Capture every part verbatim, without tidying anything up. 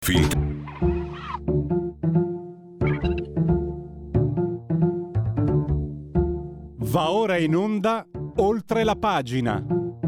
Filtro. Va ora in onda Oltre la pagina.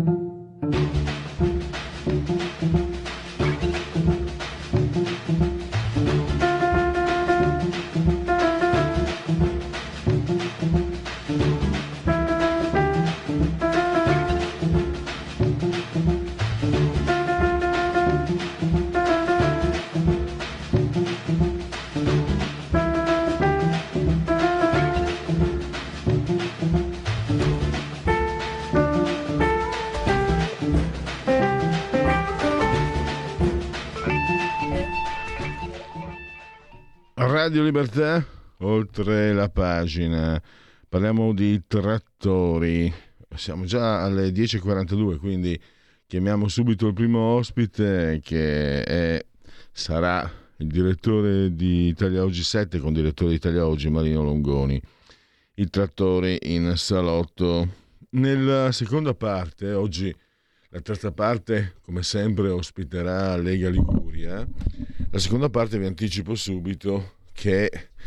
Radio Libertà, oltre la pagina. Parliamo di trattori. Siamo già alle dieci e quarantadue, quindi chiamiamo subito il primo ospite, che è, sarà il direttore di Italia Oggi sette, con direttore di Italia Oggi Marino Longoni. I trattori in salotto. Nella seconda parte, oggi la terza parte, come sempre, ospiterà Lega Liguria. La seconda parte vi anticipo subito che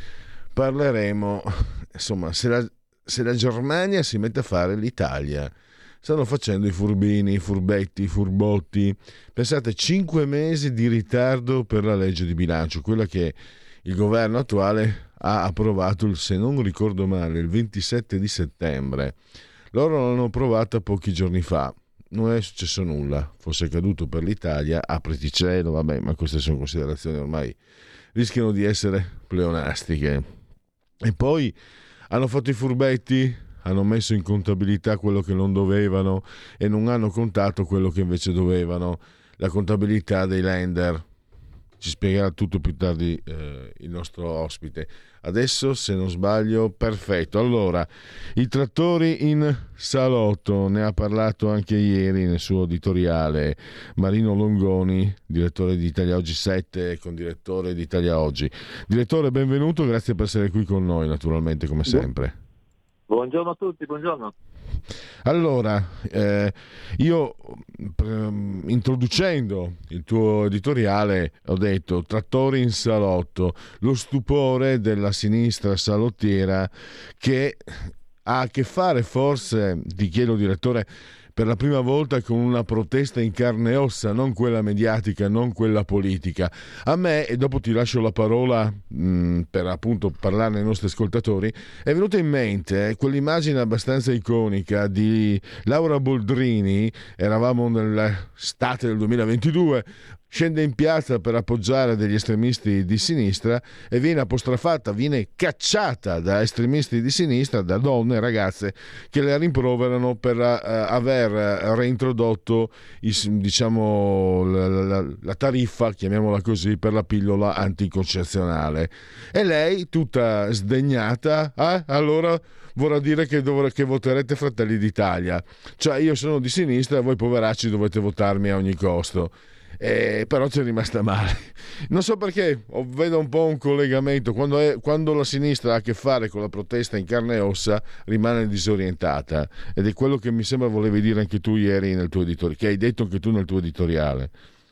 parleremo, insomma, se la, se la Germania si mette a fare l'Italia. Stanno facendo i furbini, i furbetti, i furbotti. Pensate, cinque mesi di ritardo per la legge di bilancio, quella che il governo attuale ha approvato, se non ricordo male, il ventisette di settembre. Loro l'hanno approvata pochi giorni fa. Non è successo nulla, fosse caduto per l'Italia, apriti cielo, vabbè, ma queste sono considerazioni ormai rischiano di essere pleonastiche. E poi hanno fatto i furbetti, hanno messo in contabilità quello che non dovevano e non hanno contato quello che invece dovevano, la contabilità dei lender. Ci spiegherà tutto più tardi eh, il nostro ospite. Adesso, se non sbaglio, perfetto. Allora, i trattori in salotto, ne ha parlato anche ieri nel suo editoriale Marino Longoni, direttore di Italia Oggi sette e condirettore di Italia Oggi. Direttore, benvenuto, grazie per essere qui con noi, naturalmente, come sempre. Buongiorno a tutti, buongiorno. Allora, eh, io eh, introducendo il tuo editoriale ho detto trattori in salotto, lo stupore della sinistra salottiera che ha a che fare forse, ti chiedo direttore, per la prima volta con una protesta in carne e ossa, non quella mediatica, non quella politica. A me, e dopo ti lascio la parola mh, per appunto parlarne ai nostri ascoltatori, è venuta in mente quell'immagine abbastanza iconica di Laura Boldrini, eravamo nell'estate del duemilaventidue, scende in piazza per appoggiare degli estremisti di sinistra e viene apostrofata, viene cacciata da estremisti di sinistra, da donne, ragazze che le rimproverano per uh, aver reintrodotto diciamo la, la, la tariffa, chiamiamola così, per la pillola anticoncezionale. E lei, tutta sdegnata, ah, allora vorrà dire che, dov- che voterete Fratelli d'Italia. Cioè, io sono di sinistra e voi poveracci dovete votarmi a ogni costo. Eh, però c'è rimasta male. Non so perché, vedo un po' un collegamento. Quando, è, quando la sinistra ha a che fare con la protesta in carne e ossa, rimane disorientata. Ed è quello che mi sembra volevi dire anche tu ieri nel tuo editoriale, che hai detto anche tu nel tuo editoriale.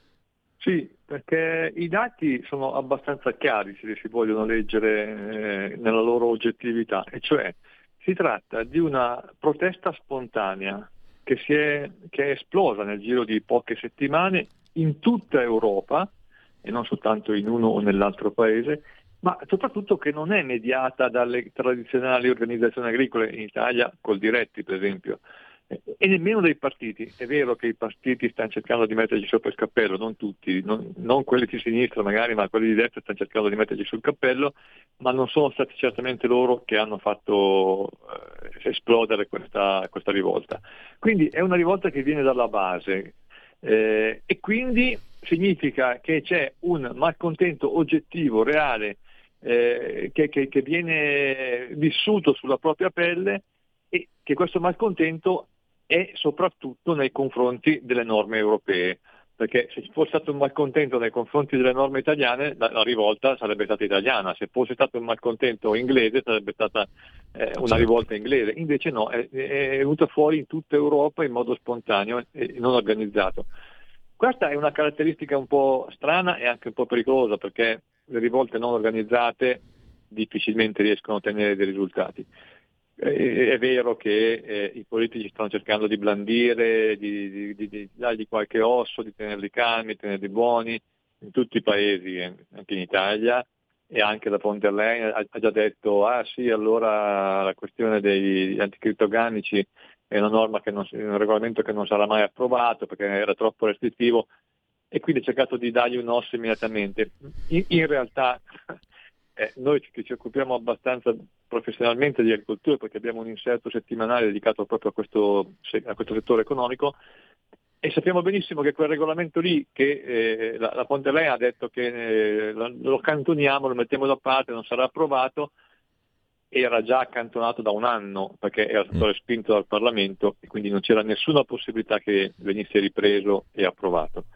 Sì, perché i dati sono abbastanza chiari, se li si vogliono leggere eh, nella loro oggettività, e cioè si tratta di una protesta spontanea che, si è, che è esplosa nel giro di poche settimane in tutta Europa, e non soltanto in uno o nell'altro paese, ma soprattutto che non è mediata dalle tradizionali organizzazioni agricole in Italia, col Diretti per esempio, e nemmeno dai partiti. È vero che i partiti stanno cercando di metterci sopra il cappello, non tutti, non, non quelli di sinistra magari, ma quelli di destra stanno cercando di metterci sul cappello, ma non sono stati certamente loro che hanno fatto eh, esplodere questa, questa rivolta. Quindi è una rivolta che viene dalla base. Eh, e quindi significa che c'è un malcontento oggettivo, reale, eh, che, che, che viene vissuto sulla propria pelle, e che questo malcontento è soprattutto nei confronti delle norme europee, perché se ci fosse stato un malcontento nei confronti delle norme italiane, la, la rivolta sarebbe stata italiana; se fosse stato un malcontento inglese sarebbe stata eh, una certo. rivolta inglese. Invece no, è, è venuta fuori in tutta Europa in modo spontaneo e non organizzato. questa è una caratteristica un po' strana e anche un po' pericolosa, perché le rivolte non organizzate difficilmente riescono a ottenere dei risultati. Eh, è vero che eh, i politici stanno cercando di blandire, di, di, di, di dargli qualche osso, di tenerli calmi, di tenerli buoni, in tutti i paesi, anche in Italia, e anche la von der Leyen ha, ha già detto, ah sì, allora la questione degli anticrittogramici è una norma che non, un regolamento che non sarà mai approvato perché era troppo restrittivo, e quindi ha cercato di dargli un osso immediatamente. In, in realtà eh, noi che ci occupiamo abbastanza professionalmente di agricoltura, perché abbiamo un inserto settimanale dedicato proprio a questo, a questo settore economico, e sappiamo benissimo che quel regolamento lì, che eh, la, la von der Leyen ha detto che eh, lo, lo cantoniamo, lo mettiamo da parte, non sarà approvato, era già accantonato da un anno perché era stato respinto dal Parlamento e quindi non c'era nessuna possibilità che venisse ripreso e approvato.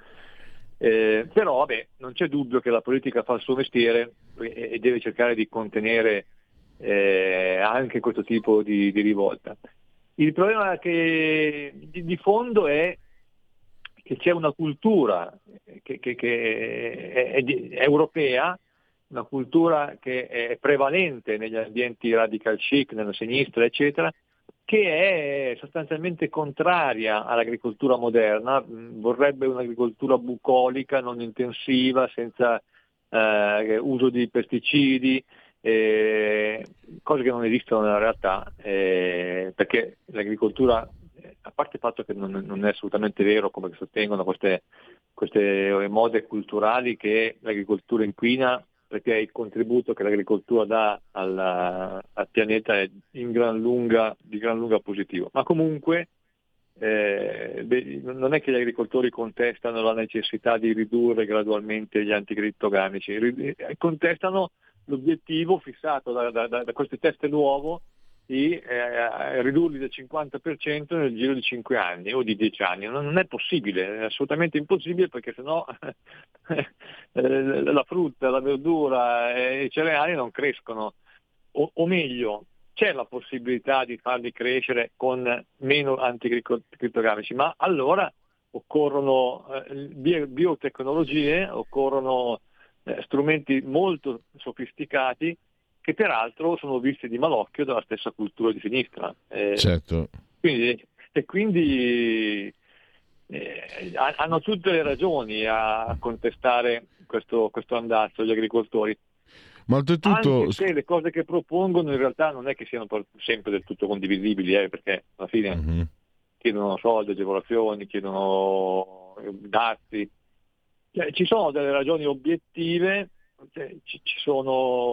Eh, però vabbè, non c'è dubbio che la politica fa il suo mestiere e, e deve cercare di contenere eh, anche questo tipo di, di rivolta. Il problema che, di, di fondo è che c'è una cultura che, che, che è, è, è europea, una cultura che è prevalente negli ambienti radical chic, nella sinistra, eccetera, che è sostanzialmente contraria all'agricoltura moderna, vorrebbe un'agricoltura bucolica, non intensiva, senza eh, uso di pesticidi, eh, cose che non esistono nella realtà, eh, perché l'agricoltura, a parte il fatto che non, non è assolutamente vero, come sostengono queste, queste mode culturali, che l'agricoltura inquina, perché il contributo che l'agricoltura dà alla, al pianeta è in gran lunga, di gran lunga positivo. Ma comunque eh, beh, non è che gli agricoltori contestano la necessità di ridurre gradualmente gli anticrittogramici, contestano l'obiettivo fissato da, da, da queste teste d'uovo di eh, ridurli del cinquanta per cento nel giro di cinque anni o di dieci anni. Non, non è possibile, è assolutamente impossibile, perché sennò la frutta, la verdura e i cereali non crescono, o, o meglio, c'è la possibilità di farli crescere con meno anticrittogramici, ma allora occorrono eh, biotecnologie, occorrono eh, strumenti molto sofisticati, che peraltro sono visti di malocchio dalla stessa cultura di sinistra. Eh, certo. Quindi, e quindi eh, hanno tutte le ragioni a contestare questo, questo andazzo gli agricoltori. Ma oltretutto, anche se le cose che propongono in realtà non è che siano sempre del tutto condivisibili, eh, perché alla fine uh-huh. chiedono soldi, agevolazioni, chiedono dazi. Cioè, ci sono delle ragioni obiettive. Ci sono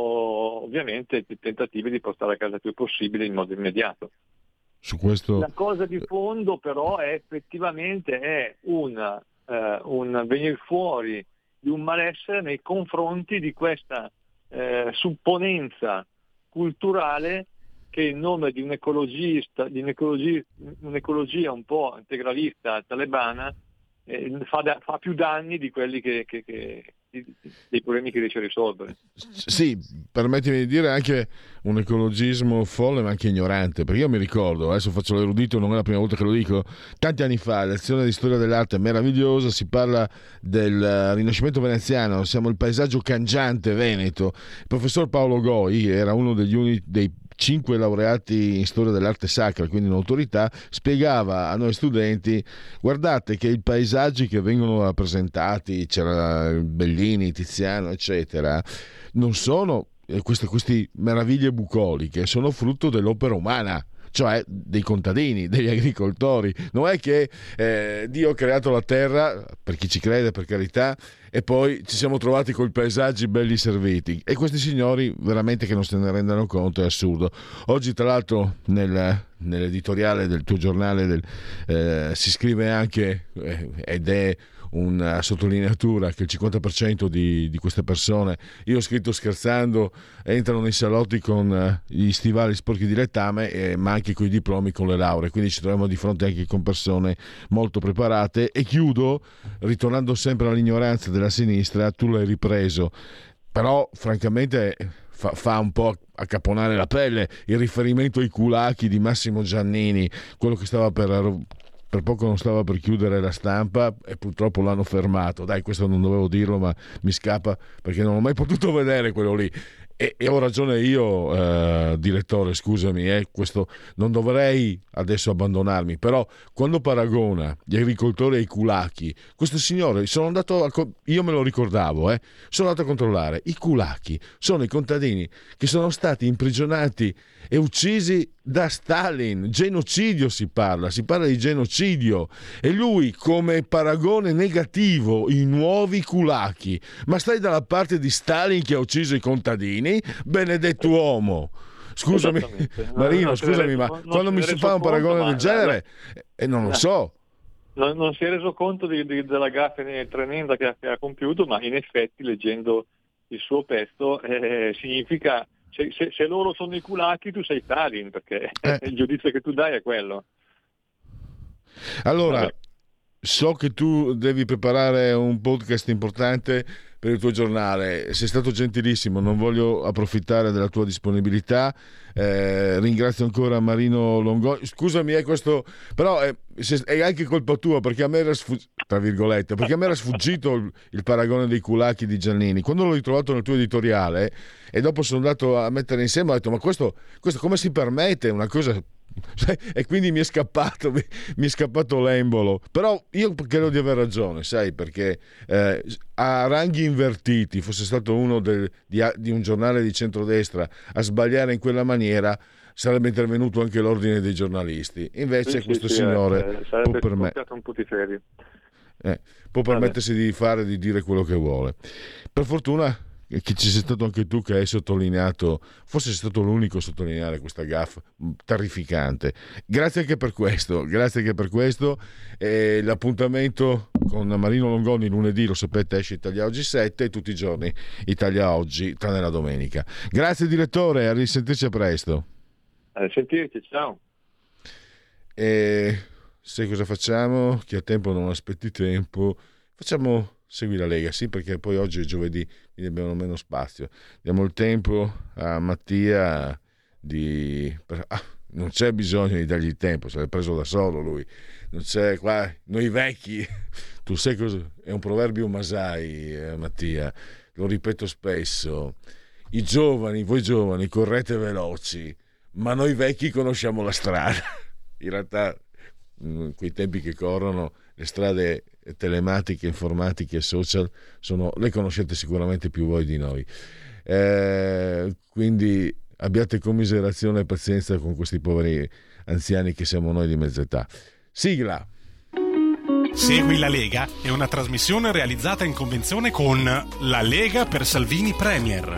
ovviamente tentativi di portare a casa il più possibile in modo immediato. Su questo... La cosa di fondo però è effettivamente è una, eh, un venire fuori di un malessere nei confronti di questa eh, supponenza culturale che in nome di un ecologista, di un'ecologia, un'ecologia un po' integralista talebana eh, fa, da, fa più danni di quelli che, che, che dei problemi che riesce a risolvere. Sì, permettimi di dire anche un ecologismo folle ma anche ignorante, perché io mi ricordo, adesso faccio l'erudito, non è la prima volta che lo dico, tanti anni fa, lezione di storia dell'arte meravigliosa, si parla del Rinascimento veneziano, siamo il paesaggio cangiante veneto. Il professor Paolo Goi era uno degli uni, dei cinque laureati in storia dell'arte sacra, quindi un'autorità, spiegava a noi studenti: guardate che i paesaggi che vengono rappresentati, c'era Bellini, Tiziano, eccetera, non sono queste, queste meraviglie bucoliche, sono frutto dell'opera umana, cioè dei contadini, degli agricoltori. Non è che eh, Dio ha creato la terra, per chi ci crede, per carità, e poi ci siamo trovati con i paesaggi belli serviti. E questi signori veramente che non se ne rendano conto è assurdo. Oggi tra l'altro nel, nell'editoriale del tuo giornale del, eh, si scrive anche, eh, ed è una sottolineatura, che il cinquanta per cento di, di queste persone, io ho scritto scherzando, entrano nei salotti con gli stivali sporchi di letame, eh, ma anche con i diplomi, con le lauree, quindi ci troviamo di fronte anche con persone molto preparate. E chiudo ritornando sempre all'ignoranza della sinistra. Tu l'hai ripreso, però francamente fa, fa un po' accaponare la pelle il riferimento ai culacchi di Massimo Giannini, quello che stava per per poco non stava per chiudere la Stampa e purtroppo l'hanno fermato. Dai, questo non dovevo dirlo, ma mi scappa perché non ho mai potuto vedere quello lì. E, e ho ragione io, eh, direttore, scusami, eh, questo non dovrei adesso abbandonarmi, però quando paragona gli agricoltori ai kulaki, questo signore, sono andato a, io me lo ricordavo, eh, sono andato a controllare, i kulaki sono i contadini che sono stati imprigionati e uccisi da Stalin, genocidio si parla, si parla di genocidio, e lui come paragone negativo i nuovi kulaki. Ma stai dalla parte di Stalin che ha ucciso i contadini? Benedetto uomo. Scusami Marino, no, scusami, ma quando mi si fa un paragone del genere e eh, non lo so. Non, non si è reso conto di, di, della gaffa tremenda che ha, che ha compiuto, ma in effetti leggendo il suo pezzo eh, significa Se, se, se loro sono i kulaki tu sei Stalin, perché eh. il giudizio che tu dai è quello. Allora, Vabbè. so che tu devi preparare un podcast importante per il tuo giornale, sei stato gentilissimo, non voglio approfittare della tua disponibilità, eh, ringrazio ancora Marino Longoni, scusami è questo, però è, è anche colpa tua, perché a me era sfuggito, tra virgolette, perché a me era sfuggito il, il paragone dei kulaki di Giannini, quando l'ho ritrovato nel tuo editoriale e dopo sono andato a mettere insieme, ho detto ma questo, questo come si permette una cosa, e quindi mi è scappato mi, mi è scappato l'embolo, però io credo di aver ragione, sai, perché eh, a ranghi invertiti fosse stato uno del, di, di un giornale di centrodestra a sbagliare in quella maniera sarebbe intervenuto anche l'ordine dei giornalisti, invece sì, questo sì, signore eh, sarebbe può, perme- un po' di serio. Eh, può permettersi di fare, di dire quello che vuole. Per fortuna che ci sei stato anche tu, che hai sottolineato, forse sei stato l'unico a sottolineare questa gaffa terrificante. Grazie anche per questo, grazie anche per questo. E l'appuntamento con Marino Longoni lunedì, lo sapete, esce Italia Oggi sette e tutti i giorni Italia Oggi, tranne la domenica. Grazie direttore, a risentirci a presto. A risentirci, ciao. E sai cosa facciamo? Chi ha tempo non aspetti tempo. Facciamo Segui la Lega, sì, perché poi oggi è giovedì, quindi abbiamo meno spazio. Diamo il tempo a Mattia di... Ah, non c'è bisogno di dargli il tempo, se l'è preso da solo lui. Non c'è qua, noi vecchi, tu sai cosa? È un proverbio Masai, eh, Mattia, lo ripeto spesso. I giovani, voi giovani, correte veloci, ma noi vecchi conosciamo la strada. In realtà, in quei tempi che corrono, le strade telematiche, informatiche e social sono, le conoscete sicuramente più voi di noi, eh, quindi abbiate commiserazione e pazienza con questi poveri anziani che siamo noi di mezza età. Sigla. Segui la Lega è una trasmissione realizzata in convenzione con La Lega per Salvini Premier.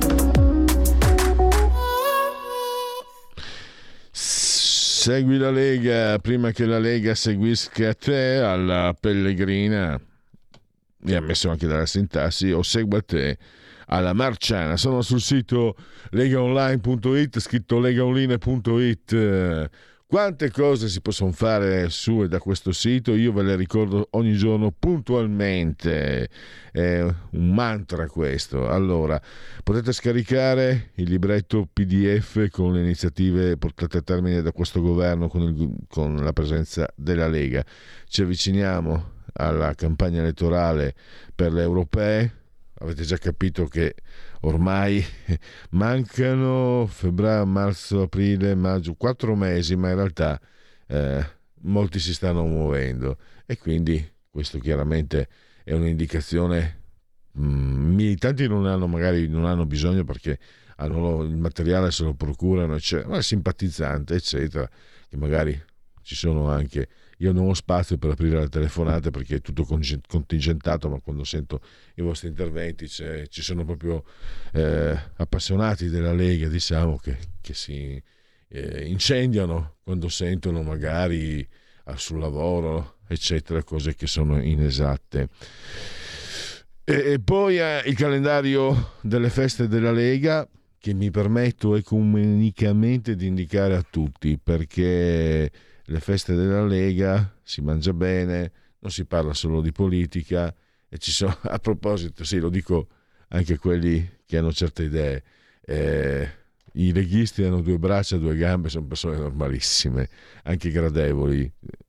Segui la Lega prima che la Lega seguisca te, alla Pellegrina, mi ha messo anche dalla sintassi, o segua te alla Marciana. Sono sul sito legaonline punto it, scritto legaonline punto it. Quante cose si possono fare su e da questo sito, io ve le ricordo ogni giorno puntualmente, è un mantra questo. Allora, potete scaricare il libretto P D F con le iniziative portate a termine da questo governo con, il, con la presenza della Lega. Ci avviciniamo alla campagna elettorale per le europee. Avete già capito che ormai mancano febbraio, marzo, aprile, maggio, quattro mesi, ma in realtà eh, molti si stanno muovendo e quindi questo chiaramente è un'indicazione. Mm, militanti non hanno magari non hanno bisogno perché hanno il materiale, se lo procurano, eccetera, ma simpatizzante, eccetera, che magari ci sono anche. Io non ho spazio per aprire le telefonate perché è tutto contingentato, ma quando sento i vostri interventi ci sono proprio eh, appassionati della Lega, diciamo, che, che si eh, incendiano quando sentono magari ah, sul lavoro, eccetera, cose che sono inesatte. E, e poi eh, il calendario delle feste della Lega, che mi permetto ecumenicamente di indicare a tutti, perché le feste della Lega si mangia bene, non si parla solo di politica e ci sono, a proposito, sì, lo dico anche a quelli che hanno certe idee, eh, i leghisti hanno due braccia, due gambe, sono persone normalissime, anche gradevoli,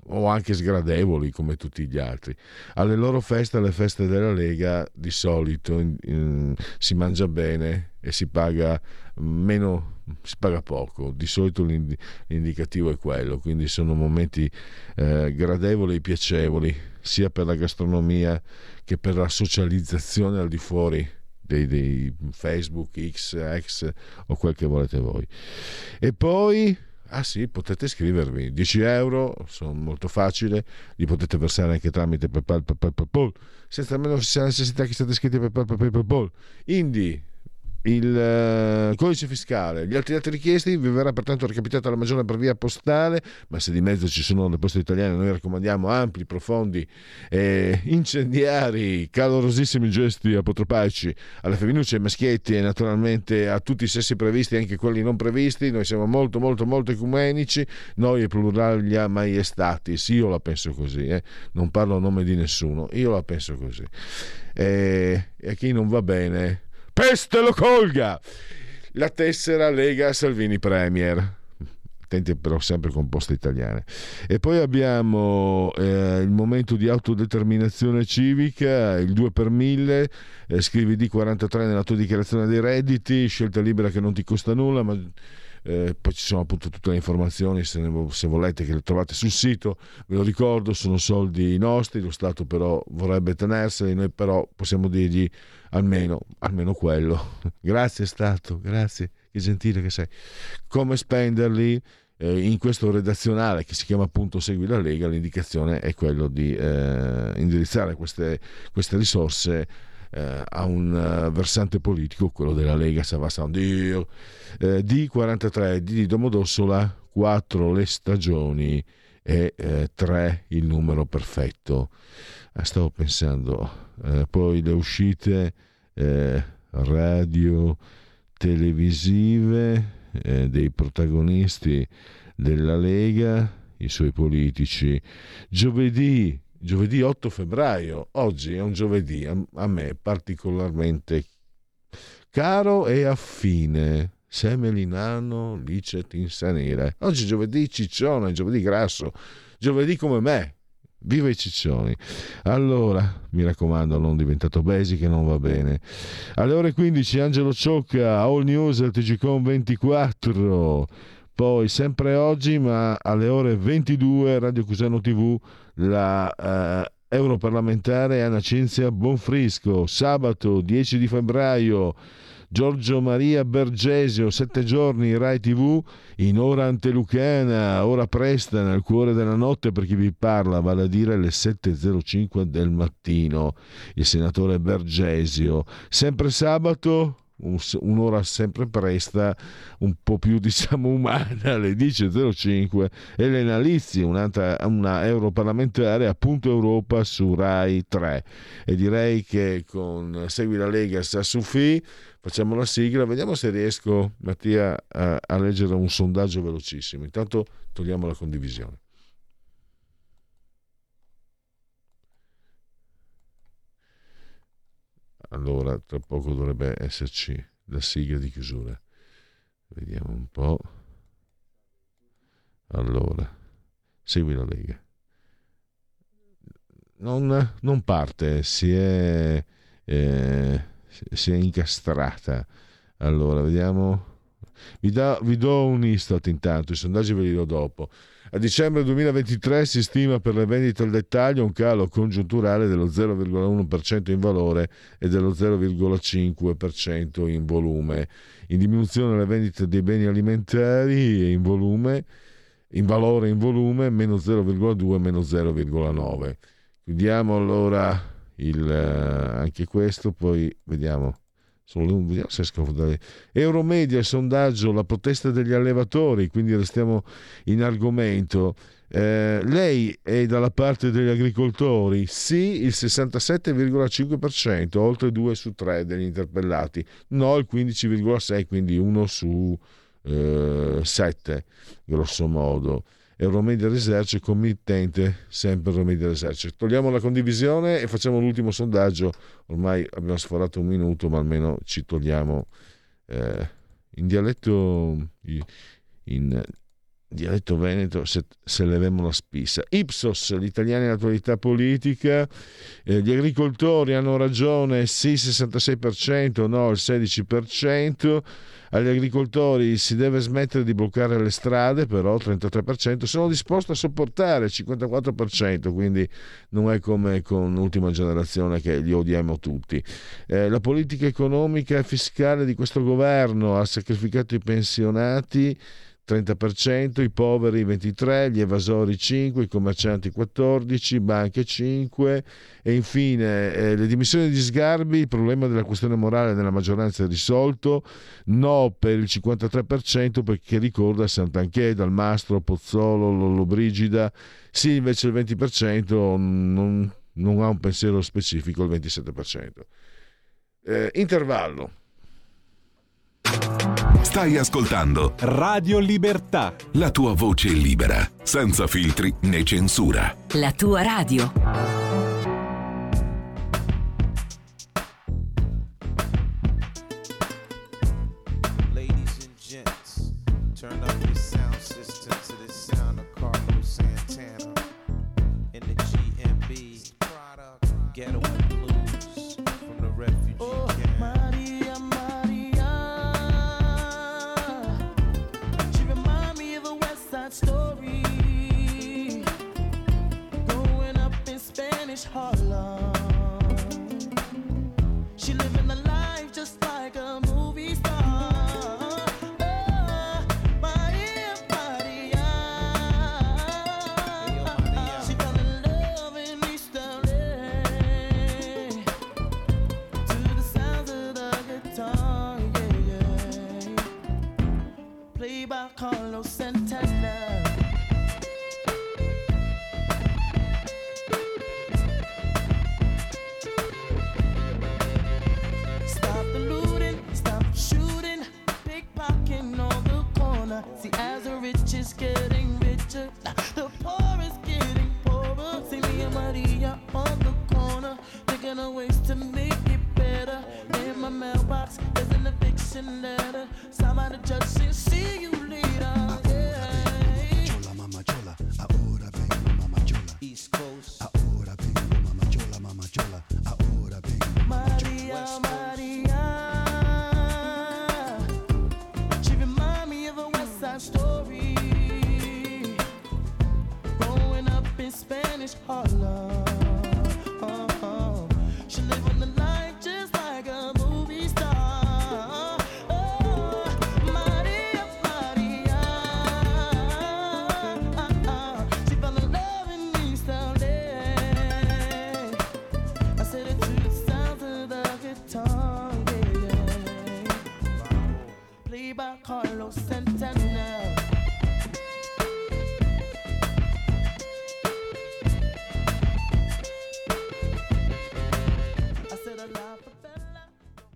o anche sgradevoli come tutti gli altri. Alle loro feste, alle feste della Lega, di solito in, in, si mangia bene e si paga meno, si paga poco, di solito l'indicativo è quello, quindi sono momenti eh, gradevoli e piacevoli sia per la gastronomia che per la socializzazione al di fuori dei, dei Facebook, X, X o quel che volete voi. E poi ah sì, potete scrivervi dieci euro, sono molto facile, li potete versare anche tramite PayPal, PayPal, PayPal, senza almeno la necessità che siate iscritti a PayPal, PayPal, PayPal. Indi il uh, codice fiscale, gli altri dati richiesti vi verrà pertanto recapitata la maggiore per via postale, ma se di mezzo ci sono le poste italiane noi raccomandiamo ampli, profondi e incendiari, calorosissimi gesti apotropaici alle femminucce, ai maschietti e naturalmente a tutti i sessi previsti e anche quelli non previsti. Noi siamo molto molto molto ecumenici, noi e pluralia maiestatis, io la penso così, eh? Non parlo a nome di nessuno, io la penso così, e, e a chi non va bene peste lo colga. La tessera Lega Salvini Premier, attenti però sempre con poste italiane. E poi abbiamo eh, il momento di autodeterminazione civica, il due per mille, eh, scrivi D quarantatré nella tua dichiarazione dei redditi, scelta libera che non ti costa nulla, ma Eh, poi ci sono appunto tutte le informazioni, se, ne, se volete, che le trovate sul sito. Ve lo ricordo, sono soldi nostri, lo Stato però vorrebbe tenerseli, noi però possiamo dirgli almeno, almeno quello. Grazie Stato, grazie, che gentile che sei. Come spenderli? Eh, in questo redazionale che si chiama appunto Segui la Lega, l'indicazione è quello di eh, indirizzare queste, queste risorse Uh, a un uh, versante politico, quello della Lega, se va San Dio. uh, D quarantatré, D di Domodossola, quattro le stagioni e uh, tre il numero perfetto. Uh, stavo pensando, uh, poi le uscite uh, radio televisive uh, dei protagonisti della Lega, i suoi politici. Giovedì Giovedì otto febbraio, oggi è un giovedì a, a me particolarmente caro e affine. Semelinano licet insanire. Oggi è giovedì ciccione, giovedì grasso, giovedì come me. Viva i ciccioni. Allora, mi raccomando, non diventate obesi che non va bene. Alle ore quindici Angelo Ciocca, All News T G Com ventiquattro. Poi sempre oggi, ma alle ore ventidue, Radio Cusano tivù, la eh, europarlamentare Anna Cinzia Bonfrisco. Sabato dieci di febbraio, Giorgio Maria Bergesio, sette giorni Rai tivù, in ora antelucana, ora presta, nel cuore della notte per chi vi parla, vale a dire le sette e zero cinque del mattino. Il senatore Bergesio. Sempre sabato, un'ora sempre presta, un po' più diciamo umana, alle dieci e zero cinque, Elena Lizzi, un'altra, una europarlamentare, appunto Europa su Rai tre. E direi che con Segui la Lega sta su Fi, facciamo la sigla, vediamo se riesco, Mattia, a, a leggere un sondaggio velocissimo. Intanto togliamo la condivisione. Allora, tra poco dovrebbe esserci la sigla di chiusura. Vediamo un po'. Allora, Segui la Lega. Non, non parte, si è, eh, si è incastrata. Allora, vediamo. Vi, da, vi do un istat intanto, i sondaggi ve li do dopo. A dicembre duemilaventitré si stima per le vendite al dettaglio un calo congiunturale dello zero virgola uno per cento in valore e dello zero virgola cinque per cento in volume. In diminuzione le vendite dei beni alimentari e in volume, in valore e in volume, meno zero virgola due, meno zero virgola nove. Chiudiamo allora il, anche questo, poi vediamo. Vediamo se scordare. Euromedia, il sondaggio, la protesta degli allevatori, quindi restiamo in argomento. Eh, lei è dalla parte degli agricoltori? Sì, il sessantasette virgola cinque per cento, oltre due su tre degli interpellati. No, il quindici virgola sei, quindi uno su eh, sette, grosso modo. Euromedia Research, committente sempre Euromedia Research. Togliamo la condivisione e facciamo l'ultimo sondaggio. Ormai abbiamo sforato un minuto, ma almeno ci togliamo eh, in dialetto in dialetto veneto, se, se levemo la spissa. Ipsos, gli italiani e l'attualità politica, eh, gli agricoltori hanno ragione, sì sessantasei per cento, no il sedici per cento, agli agricoltori si deve smettere di bloccare le strade, però trentatré per cento sono disposto a sopportare, cinquantaquattro per cento, quindi non è come con l'ultima generazione che li odiamo tutti. Eh, la politica economica e fiscale di questo governo ha sacrificato i pensionati, trenta per cento, i poveri ventitré per cento, gli evasori cinque per cento, i commercianti quattordici per cento, banche cinque per cento e infine eh, le dimissioni di Sgarbi, il problema della questione morale nella maggioranza è risolto, no per il cinquantatré per cento perché ricorda Santanchè, Dalmastro, Pozzolo, Lollobrigida, sì invece il venti per cento non, non ha un pensiero specifico, il ventisette per cento. Eh, intervallo. Stai ascoltando Radio Libertà, la tua voce libera, senza filtri né censura. La tua radio. Ladies and gents, turn up your sound system to the sound of Carlos Santana in the G M B Ghetto and Blues from the refugee oh, camp. Maria, Maria, she remind me of a West Side Story, growing up in Spanish Harlem. She living a life just like a movie star. Oh, Maria, Maria, she fell in love in East L A to the sounds of the guitar, yeah, yeah. Played by Carlos Santana. Stop the looting, stop shooting, pickpocketing on the corner. See, as the rich is getting richer, the poor is getting poorer. See me and Maria on the corner, thinking of ways to make it better. In my mailbox, there's an eviction letter. Somebody judge and see you later. Yeah. Chola, mama chola, ahora vengo, mama chola. East Coast, Ahora vengo, mama chola, mama chola. Ahora vengo, mama chola. Maria, Maria, she remind me of a West Side Story, growing up in Spanish Harlem. Oh, oh. She living the life just like a movie star. Oh, Maria, Maria, she fell in love in East L A. I said it to the sounds of the guitar, yeah, yeah. Played by Carlos Santana. I said a la favela.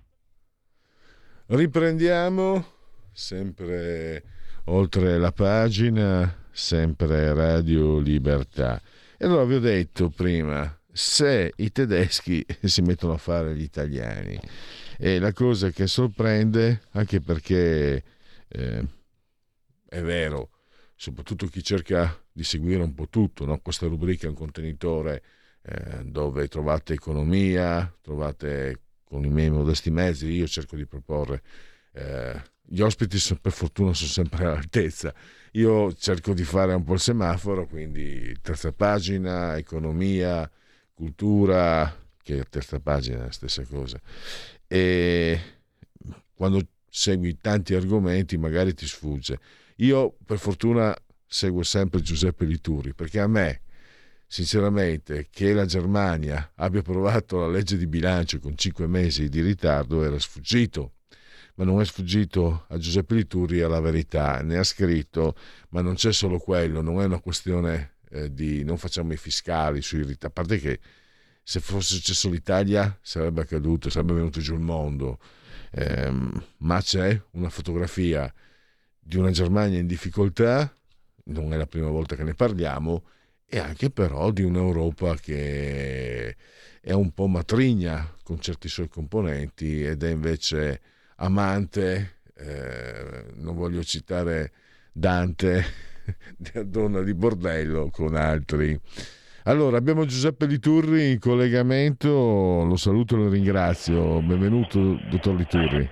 Riprendiamo sempre oltre la pagina, sempre Radio Libertà. E allora vi ho detto prima, se i tedeschi si mettono a fare gli italiani, e la cosa che sorprende, anche perché eh, è vero, soprattutto chi cerca di seguire un po' tutto, no? Questa rubrica è un contenitore eh, dove trovate economia, trovate con i miei modesti mezzi, io cerco di proporre, eh, gli ospiti sono, per fortuna sono sempre all'altezza, io cerco di fare un po' il semaforo, quindi terza pagina, economia, cultura, che è terza pagina è la stessa cosa, e quando segui tanti argomenti magari ti sfugge. Io per fortuna seguo sempre Giuseppe Lituri, perché a me sinceramente che la Germania abbia approvato la legge di bilancio con cinque mesi di ritardo era sfuggito, ma non è sfuggito a Giuseppe Lituri alla verità, ne ha scritto, ma non c'è solo quello, non è una questione eh, di non facciamo i fiscali sui ritardi, a parte che se fosse successo l'Italia sarebbe accaduto, sarebbe venuto giù il mondo, eh, ma c'è una fotografia di una Germania in difficoltà, non è la prima volta che ne parliamo, e anche però di un'Europa che è un po' matrigna con certi suoi componenti ed è invece amante, eh, non voglio citare Dante, donna di bordello con altri. Allora, abbiamo Giuseppe Liturri in collegamento, lo saluto e lo ringrazio. Benvenuto, dottor Liturri.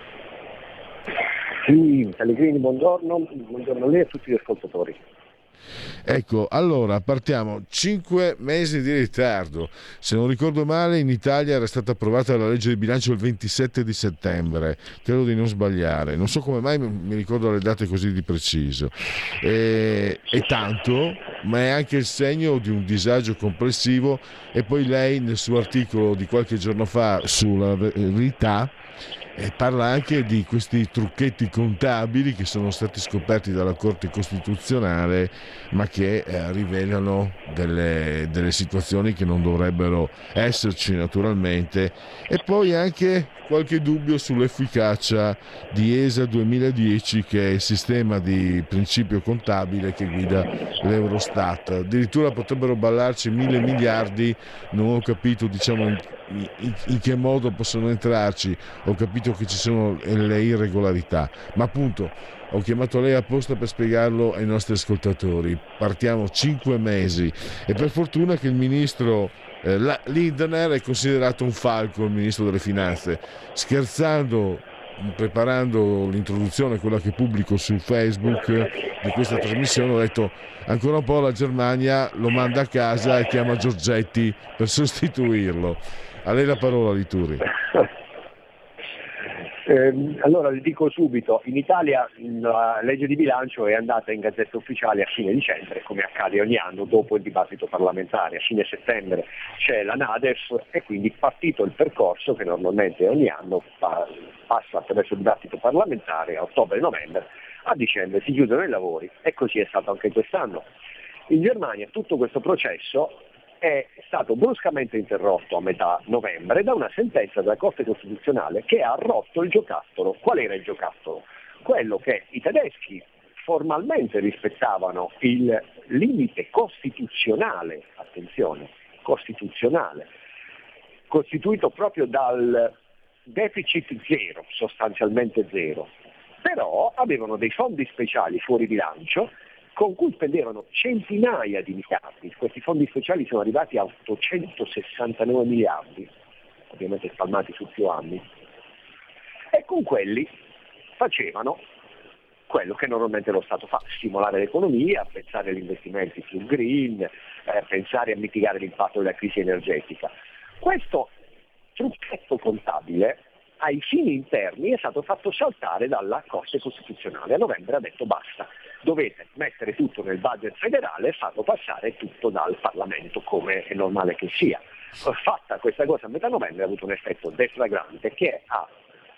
Sì, Pellegrini, buongiorno, buongiorno a lei e a tutti gli ascoltatori. Ecco, allora partiamo. Cinque mesi di ritardo. Se non ricordo male, in Italia era stata approvata la legge di bilancio il ventisette di settembre. Credo di non sbagliare. Non so come mai mi ricordo le date così di preciso. E, è tanto, ma è anche il segno di un disagio complessivo. E poi lei, nel suo articolo di qualche giorno fa sulla verità, e parla anche di questi trucchetti contabili che sono stati scoperti dalla Corte Costituzionale, ma che eh, rivelano delle, delle situazioni che non dovrebbero esserci naturalmente, e poi anche qualche dubbio sull'efficacia di E S A duemiladieci, che è il sistema di principio contabile che guida l'Eurostat. Addirittura potrebbero ballarci mille miliardi, non ho capito diciamo in, in, in che modo possono entrarci, ho capito che ci sono le irregolarità, ma appunto ho chiamato lei apposta per spiegarlo ai nostri ascoltatori. Partiamo cinque mesi e per fortuna che il ministro eh, Lindner è considerato un falco, il ministro delle finanze. Scherzando, preparando l'introduzione, quella che pubblico su Facebook di questa trasmissione, ho detto ancora un po' la Germania lo manda a casa e chiama Giorgetti per sostituirlo. A lei la parola, Liturri. Eh, allora le dico subito, in Italia la legge di bilancio è andata in Gazzetta Ufficiale a fine dicembre, come accade ogni anno dopo il dibattito parlamentare. A fine settembre c'è la NADEF e quindi partito il percorso che normalmente ogni anno pa- passa attraverso il dibattito parlamentare a ottobre-novembre, a dicembre si chiudono i lavori e così è stato anche quest'anno. In Germania tutto questo processo è stato bruscamente interrotto a metà novembre da una sentenza della Corte Costituzionale che ha rotto il giocattolo. Qual era il giocattolo? Quello che i tedeschi formalmente rispettavano il limite costituzionale, attenzione, costituzionale, costituito proprio dal deficit zero, sostanzialmente zero, però avevano dei fondi speciali fuori bilancio con cui spendevano centinaia di miliardi. Questi fondi speciali sono arrivati a ottocentosessantanove miliardi, ovviamente spalmati su più anni, e con quelli facevano quello che normalmente lo Stato fa: stimolare l'economia, pensare agli investimenti sul green, eh, pensare a mitigare l'impatto della crisi energetica. Questo trucchetto contabile ai fini interni è stato fatto saltare dalla Corte Costituzionale. A novembre ha detto basta, dovete mettere tutto nel budget federale e farlo passare tutto dal Parlamento, come è normale che sia. Fatta questa cosa a metà novembre ha avuto un effetto deflagrante che ha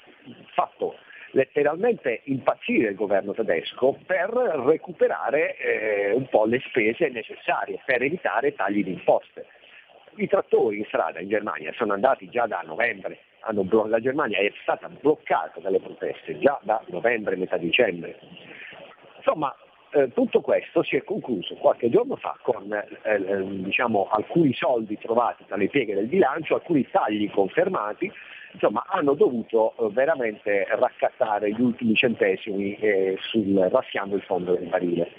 fatto letteralmente impazzire il governo tedesco per recuperare eh, un po' le spese necessarie per evitare tagli di imposte. I trattori in strada in Germania sono andati già da novembre, hanno blo- la Germania è stata bloccata dalle proteste già da novembre, metà dicembre. Insomma, eh, tutto questo si è concluso qualche giorno fa con eh, diciamo, alcuni soldi trovati tra le pieghe del bilancio, alcuni tagli confermati. Insomma, hanno dovuto eh, veramente raccattare gli ultimi centesimi eh, sul, raschiando il fondo del barile.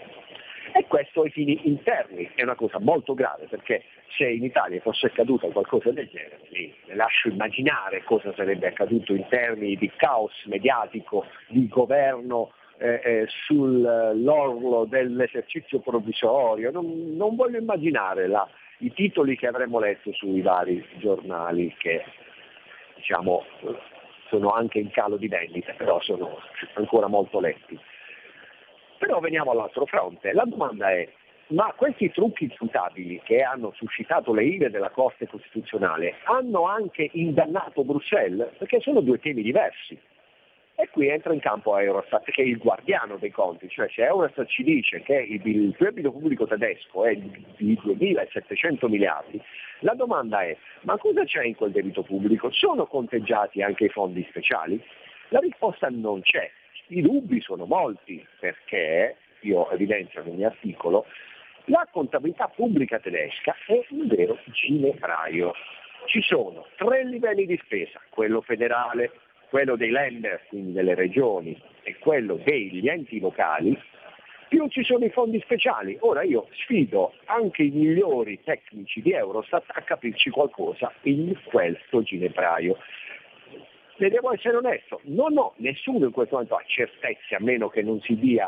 E questo ai fini interni è una cosa molto grave, perché se in Italia fosse accaduto qualcosa del genere, lì le lascio immaginare cosa sarebbe accaduto in termini di caos mediatico, di governo eh, eh, sull'orlo dell'esercizio provvisorio. Non, non voglio immaginare la, i titoli che avremmo letto sui vari giornali che diciamo sono anche in calo di vendite, però sono ancora molto letti. Però veniamo all'altro fronte. La domanda è: ma questi trucchi contabili che hanno suscitato le ire della Corte Costituzionale hanno anche indannato Bruxelles? Perché sono due temi diversi. E qui entra in campo Eurostat, che è il guardiano dei conti, cioè se Eurostat ci dice che il, il debito pubblico tedesco è di duemilasettecento miliardi, la domanda è: ma cosa c'è in quel debito pubblico? Sono conteggiati anche i fondi speciali? La risposta non c'è. I dubbi sono molti, perché, io evidenzio nel mio articolo, la contabilità pubblica tedesca è un vero ginepraio. Ci sono tre livelli di spesa: quello federale, quello dei Länder, quindi delle regioni, e quello degli enti locali, più ci sono i fondi speciali. Ora io sfido anche i migliori tecnici di Eurostat a capirci qualcosa in questo ginepraio. E devo essere onesto, non ho nessuno in questo momento ha certezze, a meno che non si dia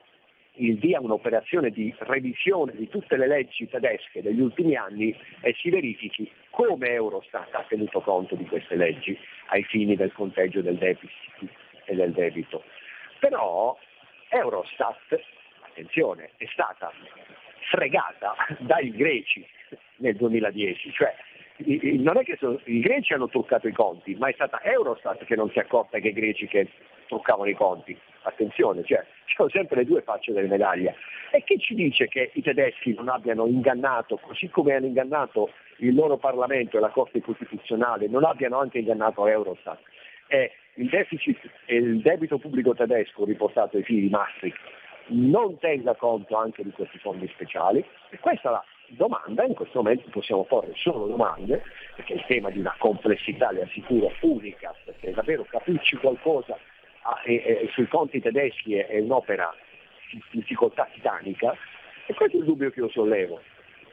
il dia un'operazione di revisione di tutte le leggi tedesche degli ultimi anni e si verifichi come Eurostat ha tenuto conto di queste leggi ai fini del conteggio del deficit e del debito. Però Eurostat, attenzione, è stata fregata dai greci nel duemiladieci, cioè non è che sono, i greci hanno truccato i conti, ma è stata Eurostat che non si è accorta che i greci che truccavano i conti. Attenzione, cioè, ci sono sempre le due facce delle medaglie. E chi ci dice che i tedeschi non abbiano ingannato, così come hanno ingannato il loro Parlamento e la Corte Costituzionale, non abbiano anche ingannato Eurostat? E il deficit e il debito pubblico tedesco riportato ai fini di Maastricht non tenga conto anche di questi fondi speciali? E questa è la domanda, in questo momento possiamo porre solo domande, perché il tema di una complessità, le assicuro, unica, perché davvero capirci qualcosa ah, e, e, sui conti tedeschi è, è un'opera di difficoltà titanica, e questo è il dubbio che io sollevo.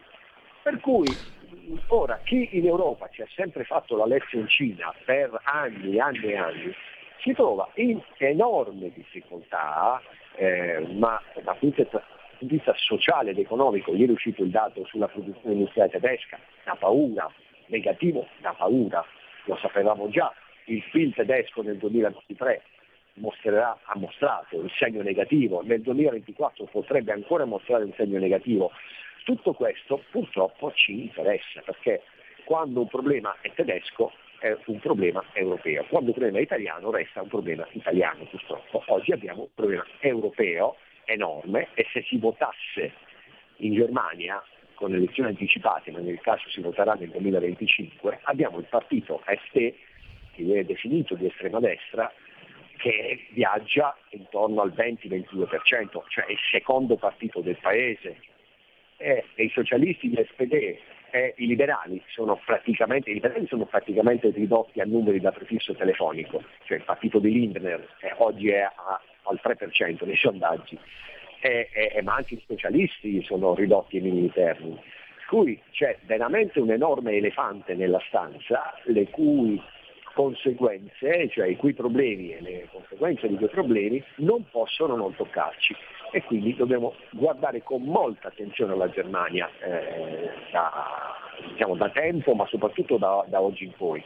Per cui ora chi in Europa ci ha sempre fatto la lezioncina per anni, anni e anni, si trova in enorme difficoltà, eh, ma da punto di vista sociale ed economico. Ieri è uscito il dato sulla produzione industriale tedesca, da paura, negativo, da paura, lo sapevamo già, il P I L tedesco nel duemilaventitré mostrerà, ha mostrato il segno negativo, nel duemilaventiquattro potrebbe ancora mostrare un segno negativo. Tutto questo purtroppo ci interessa, perché quando un problema è tedesco è un problema europeo, quando un problema è italiano resta un problema italiano purtroppo. Oggi abbiamo un problema europeo enorme, e se si votasse in Germania con elezioni anticipate, ma nel caso si voterà nel duemilaventicinque, abbiamo il partito A F D, che viene definito di estrema destra, che viaggia intorno al venti ventidue per cento, cioè il secondo partito del paese, e, e i socialisti di S P D e i liberali sono praticamente, i liberali sono praticamente ridotti a numeri da prefisso telefonico, cioè il partito di Lindner eh, oggi è a, al tre per cento nei sondaggi, e, e, ma anche i socialisti sono ridotti ai minimi termini, per cui c'è veramente un enorme elefante nella stanza, le cui conseguenze, cioè i cui problemi e le conseguenze di quei problemi non possono non toccarci, e quindi dobbiamo guardare con molta attenzione alla Germania eh, da, diciamo, da tempo, ma soprattutto da, da oggi in poi.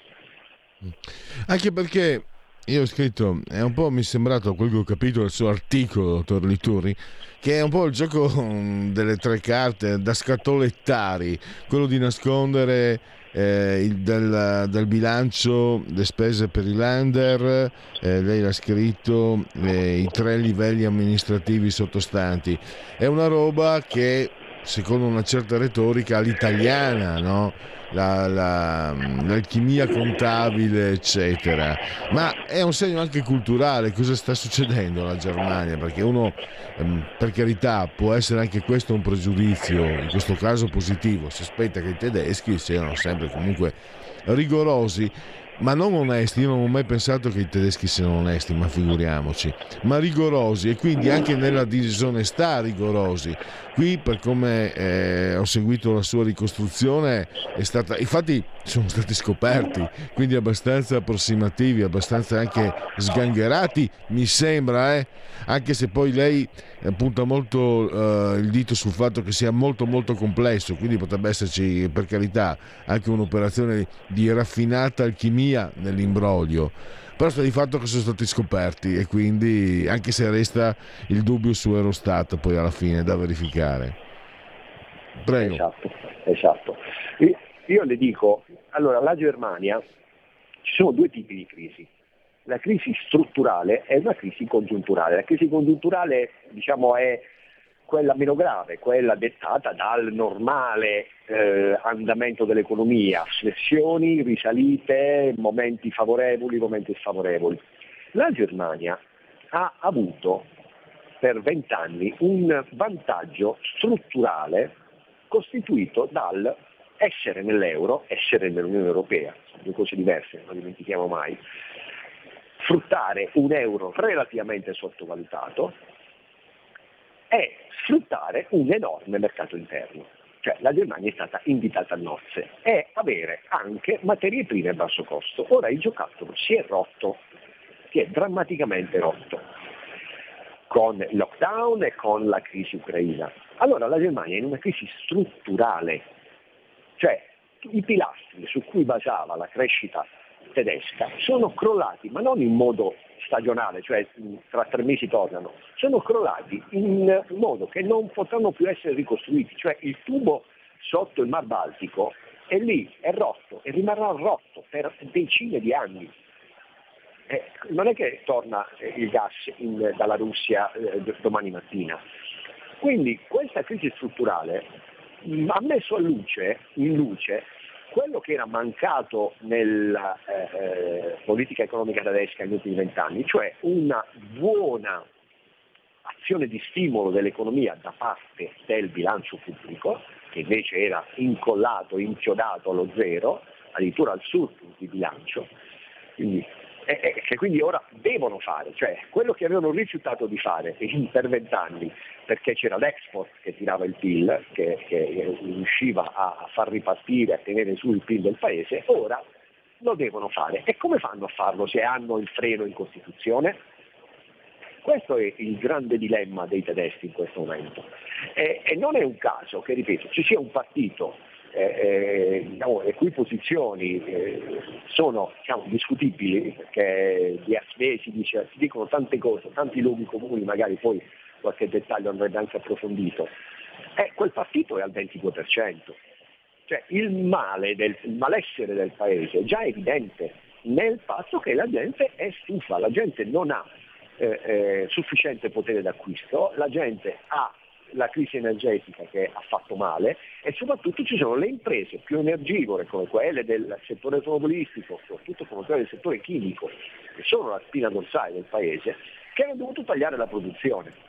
Anche perché io ho scritto, è un po' mi è sembrato quel che ho capito del suo articolo, dottor Liturri, che è un po' il gioco delle tre carte da scatolettari, quello di nascondere eh, il, del, del bilancio le spese per i Länder, eh, lei l'ha scritto, eh, i tre livelli amministrativi sottostanti. È una roba che secondo una certa retorica all'italiana, no? La, la, l'alchimia contabile eccetera, ma è un segno anche culturale. Cosa sta succedendo alla Germania? Perché uno ehm, per carità può essere anche questo un pregiudizio, in questo caso positivo, si aspetta che i tedeschi siano sempre comunque rigorosi ma non onesti. Io non ho mai pensato che i tedeschi siano onesti, ma figuriamoci, ma rigorosi, e quindi anche nella disonestà rigorosi. Qui, per come eh, ho seguito la sua ricostruzione, è stata, infatti sono stati scoperti, quindi abbastanza approssimativi, abbastanza anche sgangherati, mi sembra, eh? Anche se poi lei punta molto eh, il dito sul fatto che sia molto molto complesso, quindi potrebbe esserci, per carità, anche un'operazione di raffinata alchimia nell'imbroglio, però sta di fatto che sono stati scoperti, e quindi anche se resta il dubbio su Eurostat poi alla fine da verificare. Prego. Esatto, esatto. Io, io le dico, allora, la Germania, ci sono due tipi di crisi. La crisi strutturale è una crisi congiunturale. La crisi congiunturale, diciamo, è quella meno grave, quella dettata dal normale eh, andamento dell'economia, flessioni, risalite, momenti favorevoli, momenti sfavorevoli. La Germania ha avuto per vent'anni un vantaggio strutturale costituito dal essere nell'euro, essere nell'Unione Europea, sono due cose diverse, non dimentichiamo mai, sfruttare un euro relativamente sottovalutato è sfruttare un enorme mercato interno. Cioè la Germania è stata invitata a nozze e avere anche materie prime a basso costo. Ora il giocattolo si è rotto, si è drammaticamente rotto con il lockdown e con la crisi ucraina. Allora la Germania è in una crisi strutturale, cioè i pilastri su cui basava la crescita tedesca sono crollati, ma non in modo stagionale, cioè tra tre mesi tornano, sono crollati in modo che non potranno più essere ricostruiti, cioè il tubo sotto il Mar Baltico è lì, è rotto e rimarrà rotto per decine di anni. Eh, non è che torna eh, il gas in, dalla Russia eh, domani mattina. Quindi questa crisi strutturale mh, ha messo a luce, in luce quello che era mancato nella eh, politica economica tedesca negli ultimi vent'anni, cioè una buona azione di stimolo dell'economia da parte del bilancio pubblico, che invece era incollato, inchiodato allo zero, addirittura al surplus di bilancio, quindi, e, e, che quindi ora devono fare, cioè quello che avevano rifiutato di fare per vent'anni, perché c'era l'export che tirava il P I L, che, che riusciva a far ripartire, a tenere su il P I L del paese, ora lo devono fare. E come fanno a farlo se hanno il freno in Costituzione? Questo è il grande dilemma dei tedeschi in questo momento. E, e non è un caso che, ripeto, ci sia un partito eh, eh, diciamo, le cui posizioni eh, sono diciamo, discutibili, perché di A F D si, dice, si dicono tante cose, tanti luoghi comuni, magari poi qualche dettaglio andrebbe anche approfondito, e quel partito è al ventidue per cento. Cioè il male, del, il malessere del paese è già evidente nel fatto che la gente è stufa, la gente non ha eh, eh, sufficiente potere d'acquisto, la gente ha la crisi energetica che ha fatto male e soprattutto ci sono le imprese più energivore come quelle del settore automobilistico, soprattutto come quelle del settore chimico, che sono la spina dorsale del paese, che hanno dovuto tagliare la produzione.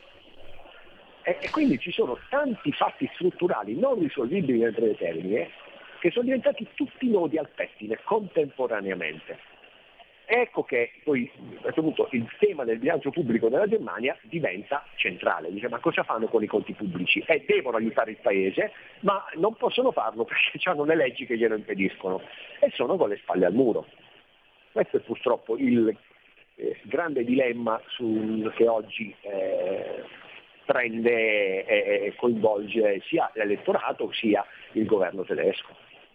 E, e quindi ci sono tanti fatti strutturali non risolvibili nel breve termine che sono diventati tutti nodi al pettine contemporaneamente. Ecco che poi a questo punto il tema del bilancio pubblico della Germania diventa centrale. Dice, ma cosa fanno con i conti pubblici? Eh, devono aiutare il paese, ma non possono farlo perché hanno le leggi che glielo impediscono e sono con le spalle al muro. Questo è purtroppo il eh, grande dilemma sul, che oggi eh, prende e eh, coinvolge sia l'elettorato sia il governo tedesco.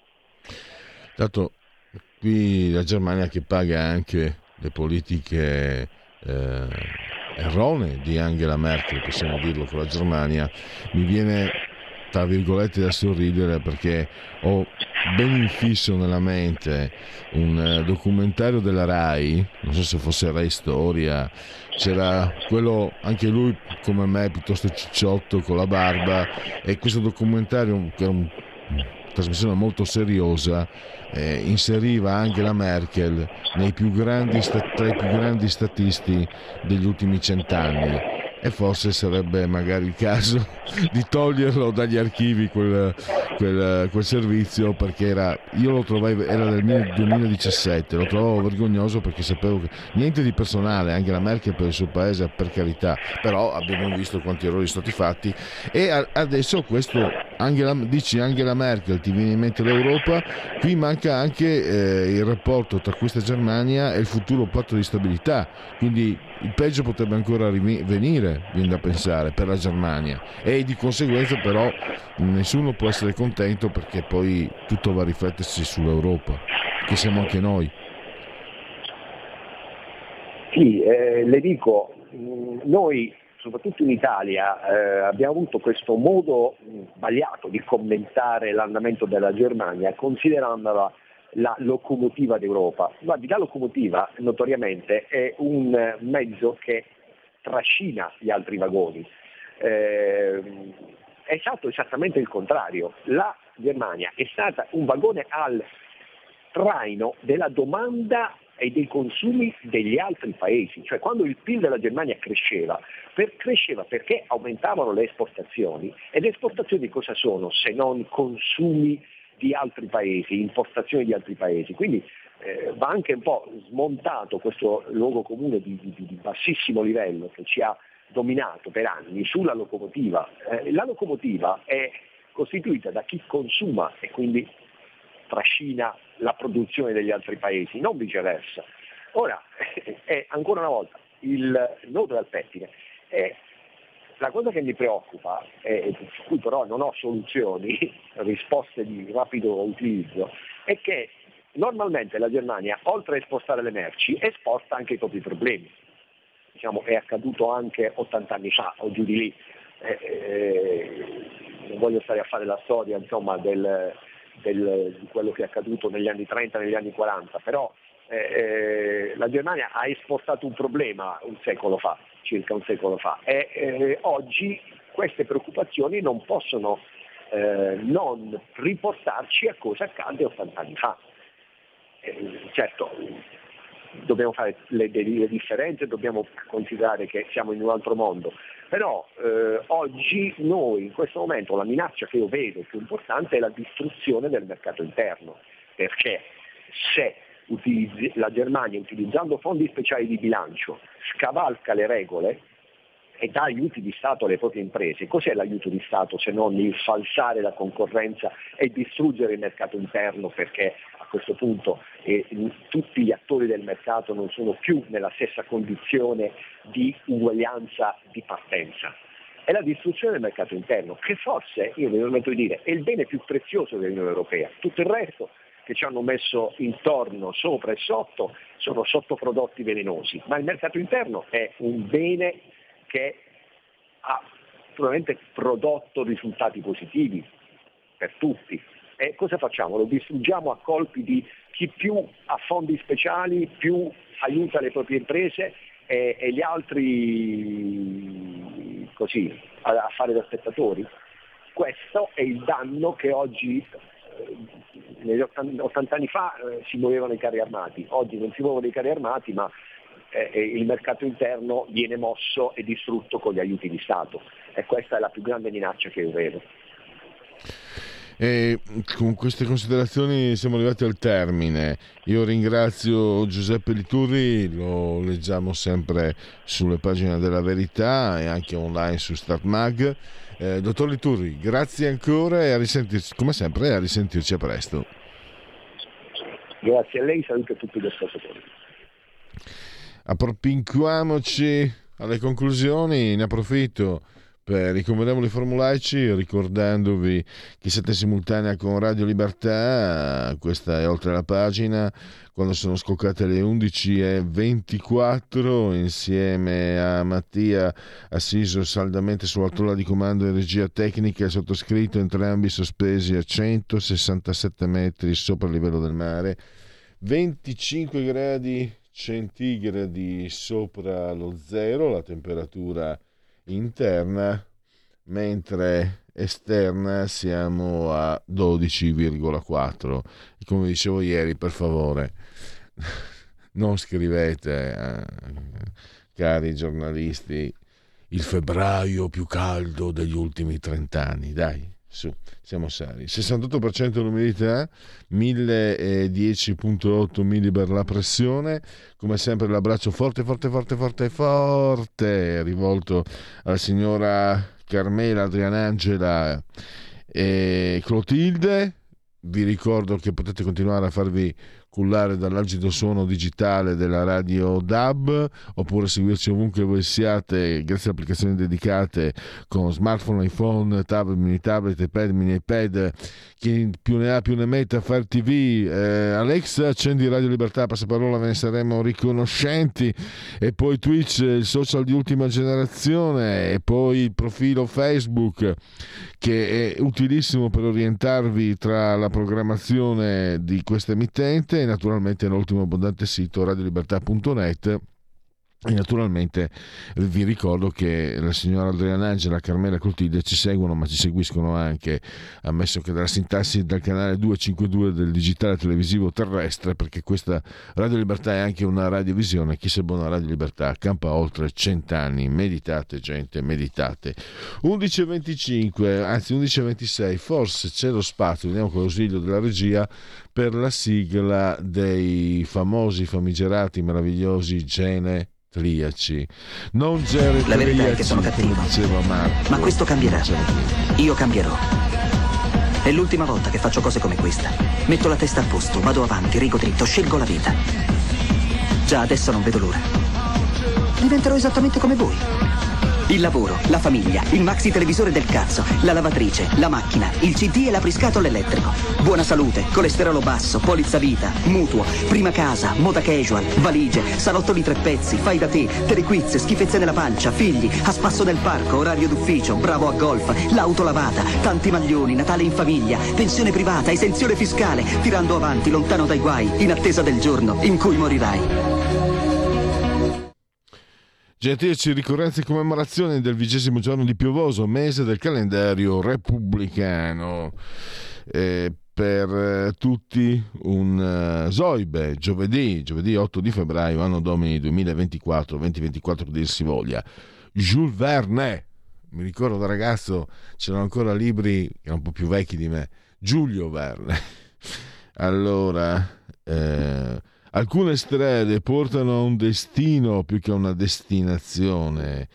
Dato qui la Germania che paga anche le politiche eh, erronee di Angela Merkel, possiamo dirlo con la Germania, mi viene tra virgolette da sorridere perché ho ben infisso nella mente un uh, documentario della Rai, non so se fosse Rai Storia, c'era quello, anche lui come me piuttosto cicciotto con la barba, e questo documentario che era un trasmissione molto seriosa, eh, inseriva Angela Merkel nei più grandi, tra i più grandi statisti degli ultimi cent'anni, e forse sarebbe magari il caso di toglierlo dagli archivi quel, quel, quel servizio, perché era, io lo trovai, era del duemiladiciassette, lo trovavo vergognoso perché sapevo che niente di personale, anche la Merkel per il suo paese, per carità, però abbiamo visto quanti errori sono stati fatti, e a, adesso questo Angela, dici Angela Merkel, ti viene in mente l'Europa, qui manca anche eh, il rapporto tra questa Germania e il futuro patto di stabilità, quindi il peggio potrebbe ancora venire, viene da pensare, per la Germania, e di conseguenza però nessuno può essere contento perché poi tutto va a riflettersi sull'Europa, che siamo anche noi. Sì, eh, le dico, noi soprattutto in Italia eh, abbiamo avuto questo modo sbagliato di commentare l'andamento della Germania considerandola la locomotiva d'Europa. Guardi, la locomotiva notoriamente è un mezzo che trascina gli altri vagoni. Eh, è esatto, esattamente il contrario. La Germania è stata un vagone al traino della domanda e dei consumi degli altri paesi, cioè quando il P I L della Germania cresceva, per, cresceva perché aumentavano le esportazioni, e le esportazioni cosa sono se non consumi di altri paesi, importazioni di altri paesi, quindi eh, va anche un po' smontato questo luogo comune di, di, di bassissimo livello che ci ha dominato per anni sulla locomotiva. Eh, la locomotiva è costituita da chi consuma e quindi trascina la produzione degli altri paesi, non viceversa. Ora, è ancora una volta il nodo al pettine. È la cosa che mi preoccupa, e su cui però non ho soluzioni, risposte di rapido utilizzo, è che normalmente la Germania, oltre a esportare le merci, esporta anche i propri problemi. Diciamo, è accaduto anche ottanta anni fa o giù di lì. Eh, eh, non voglio stare a fare la storia, insomma, del, del, di quello che è accaduto negli anni trenta, negli anni quaranta, però eh, eh, la Germania ha esportato un problema un secolo fa, circa un secolo fa, e eh, oggi queste preoccupazioni non possono eh, non riportarci a cosa accadde ottanta anni fa. Eh, certo, dobbiamo fare le, le differenze, dobbiamo considerare che siamo in un altro mondo, però eh, oggi noi in questo momento la minaccia che io vedo più importante è la distruzione del mercato interno, perché se utilizzi, la Germania, utilizzando fondi speciali di bilancio, scavalca le regole e dà aiuti di Stato alle proprie imprese, cos'è l'aiuto di Stato se non il falsare la concorrenza e distruggere il mercato interno, perché a questo punto eh, tutti gli attori del mercato non sono più nella stessa condizione di uguaglianza di partenza. È la distruzione del mercato interno, che forse, io mi permetto di dire, è il bene più prezioso dell'Unione Europea. Tutto il resto che ci hanno messo intorno, sopra e sotto, sono sottoprodotti velenosi, ma il mercato interno è un bene che ha probabilmente prodotto risultati positivi per tutti. E cosa facciamo? Lo distruggiamo a colpi di chi più ha fondi speciali, più aiuta le proprie imprese e, e gli altri così a, a fare da spettatori? Questo è il danno che oggi, negli ottanta anni fa eh, si muovevano i carri armati, oggi non si muovono i carri armati, ma eh, il mercato interno viene mosso e distrutto con gli aiuti di Stato, e questa è la più grande minaccia che io vedo. E con queste considerazioni siamo arrivati al termine. Io ringrazio Giuseppe Liturri, lo leggiamo sempre sulle pagine della Verità e anche online su StartMag. Eh, dottor Liturri, grazie ancora e a risentirci, come sempre, e a risentirci a presto. Grazie a lei, saluto a tutti gli ascoltatori. Appropinquiamoci alle conclusioni, ne approfitto per i convenevoli formulaici ricordandovi che siete in simultanea con Radio Libertà. Questa è Oltre la Pagina, quando sono scoccate le undici e ventiquattro, insieme a Mattia, assiso saldamente sulla tolla di comando e regia tecnica, e sottoscritto, entrambi sospesi a centosessantasette metri sopra il livello del mare, venticinque gradi centigradi sopra lo zero la temperatura interna, mentre esterna siamo a dodici virgola quattro. E come dicevo ieri, per favore non scrivete, eh, cari giornalisti, il febbraio più caldo degli ultimi trent'anni, dai, su, siamo seri. sessantotto per cento l'umidità, mille dieci virgola otto millibar la pressione. Come sempre l'abbraccio forte forte forte forte forte rivolto alla signora Carmela, Adrianangela e Clotilde. Vi ricordo che potete continuare a farvi cullare dall'algido suono digitale della radio D A B, oppure seguirci ovunque voi siate grazie a applicazioni dedicate con smartphone, iPhone, tablet, mini tablet, iPad, mini iPad. Chi più ne ha più ne metta. Fire T V, eh, Alexa accendi Radio Libertà, passaparola, ve ne saremo riconoscenti. E poi Twitch, il social di ultima generazione, e poi il profilo Facebook, che è utilissimo per orientarvi tra la programmazione di questa emittente, e naturalmente l'ultimo abbondante sito radiolibertà punto net. E naturalmente vi ricordo che la signora Adrianangela, Carmela, Clotilde ci seguono, ma ci seguiscono anche, ammesso che dalla sintassi, dal canale duecentocinquantadue del digitale televisivo terrestre, perché questa Radio Libertà è anche una radiovisione. Chi se buona Radio Libertà campa oltre cent'anni. Meditate, gente, meditate. undici e venticinque, anzi undici e ventisei, forse c'è lo spazio, vediamo con l'ausilio della regia, per la sigla dei famosi, famigerati, meravigliosi Gene geretriaci, non geretriaci. La verità è che sono cattivo, diceva Marco. ma questo cambierà. Io cambierò. È l'ultima volta che faccio cose come questa. Metto la testa a posto, vado avanti, rigo dritto, scelgo la vita. Già adesso non vedo l'ora. Diventerò esattamente come voi. Il lavoro, la famiglia, il maxi televisore del cazzo, la lavatrice, la macchina, il C D e l'apriscatole elettrico. Buona salute, colesterolo basso, polizza vita, mutuo, prima casa, moda casual, valigie, salotto di tre pezzi, fai da te, telequiz, schifezze nella pancia, figli, a spasso nel parco, orario d'ufficio, bravo a golf, l'auto lavata, tanti maglioni, Natale in famiglia, pensione privata, esenzione fiscale, tirando avanti, lontano dai guai, in attesa del giorno in cui morirai. Genetriaci, ricorrenze e commemorazioni del vigesimo giorno di piovoso mese del calendario repubblicano. Eh, per eh, tutti un uh, Zoibe, giovedì, giovedì otto di febbraio, anno domini duemilaventiquattro, duemilaventiquattro dir si voglia. Jules Verne, mi ricordo da ragazzo c'erano ancora libri che erano un po' più vecchi di me. Giulio Verne. Allora... Eh, alcune strade portano a un destino più che a una destinazione.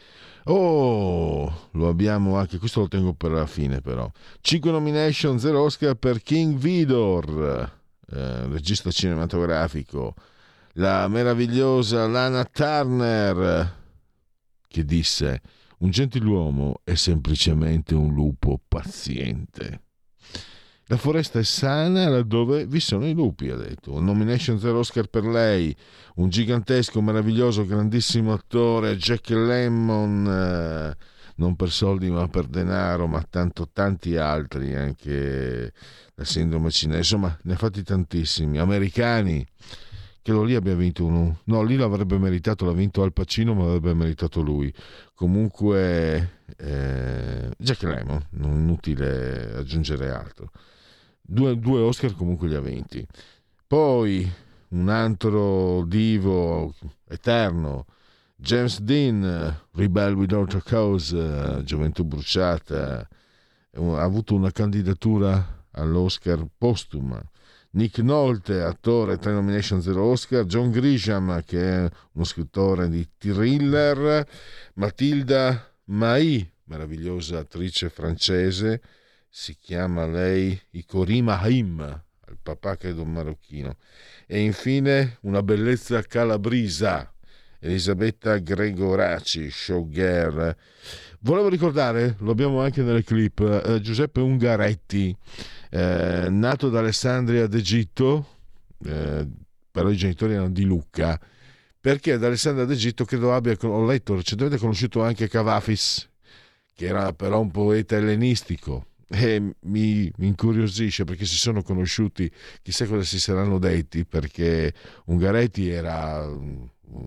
Oh, lo abbiamo anche, questo lo tengo per la fine però. cinque nomination, zero Oscar per King Vidor, eh, regista cinematografico. La meravigliosa Lana Turner, che disse: un gentiluomo è semplicemente un lupo paziente. La foresta è sana laddove vi sono i lupi, ha detto. Un nomination zero Oscar per lei, un gigantesco, meraviglioso, grandissimo attore, Jack Lemmon, eh, non per soldi ma per denaro, ma tanto tanti altri, anche la sindrome cinese, insomma ne ha fatti tantissimi. Americani, che lì abbia vinto uno, no, lì l'avrebbe meritato, l'ha vinto Al Pacino, ma l'avrebbe meritato lui. Comunque eh, Jack Lemmon, non è inutile aggiungere altro. Due, due Oscar comunque li ha vinti. Poi un altro divo eterno, James Dean, Rebel Without a Cause, Gioventù bruciata, ha avuto una candidatura all'Oscar postuma. Nick Nolte, attore, tre nomination, zero Oscar. John Grisham, che è uno scrittore di thriller. Matilda Mai, meravigliosa attrice francese, si chiama lei Ikorima Haim, il papà credo marocchino. E infine una bellezza calabrisa, Elisabetta Gregoraci, showgirl. Volevo ricordare, lo abbiamo anche nelle clip, eh, Giuseppe Ungaretti, eh, nato ad Alessandria d'Egitto, eh, però i genitori erano di Lucca, perché ad Alessandria d'Egitto credo abbia, ho letto recentemente, conosciuto anche Cavafis, che era però un poeta ellenistico. E mi, mi incuriosisce perché si sono conosciuti, chissà cosa si saranno detti, perché Ungaretti era um,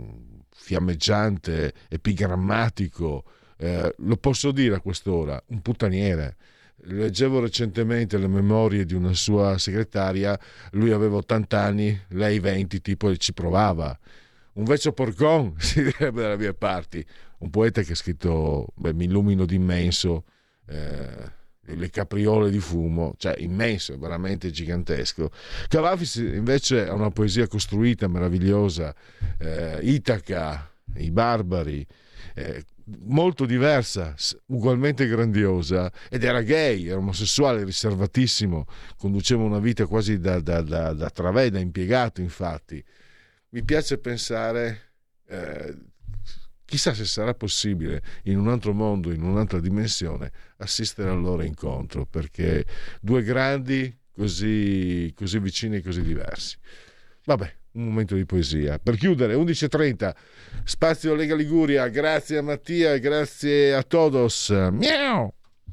fiammeggiante, epigrammatico, eh, lo posso dire a quest'ora, un puttaniere. Leggevo recentemente le memorie di una sua segretaria, lui aveva ottanta anni, lei venti, tipo, e ci provava. Un vecchio porcon, si direbbe dalle mie parti. Un poeta che ha scritto, beh, mi illumino d'immenso, eh, le capriole di fumo, cioè immenso, veramente gigantesco. Cavafis invece ha una poesia costruita, meravigliosa, eh, Itaca, i barbari, eh, molto diversa, ugualmente grandiosa, ed era gay, era omosessuale, riservatissimo, conduceva una vita quasi da, da, da, da travè, da impiegato. Infatti mi piace pensare, eh, chissà se sarà possibile in un altro mondo, in un'altra dimensione, assistere al loro incontro, perché due grandi così, così vicini e così diversi. Vabbè, un momento di poesia. Per chiudere, undici e trenta, spazio Lega Liguria, grazie a Mattia e grazie a todos. Miau!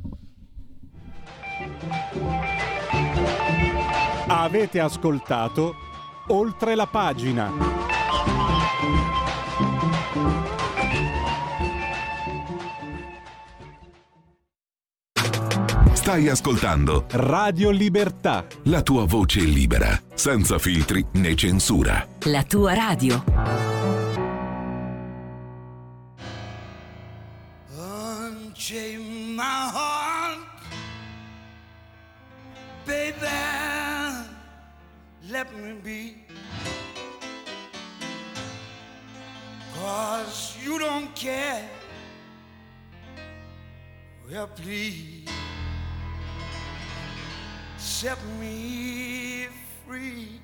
Avete ascoltato Oltre la pagina. Stai ascoltando Radio Libertà, la tua voce libera, senza filtri né censura. La tua radio. Unchain my heart, baby, let me be, 'cause don't care. Well, please set me free.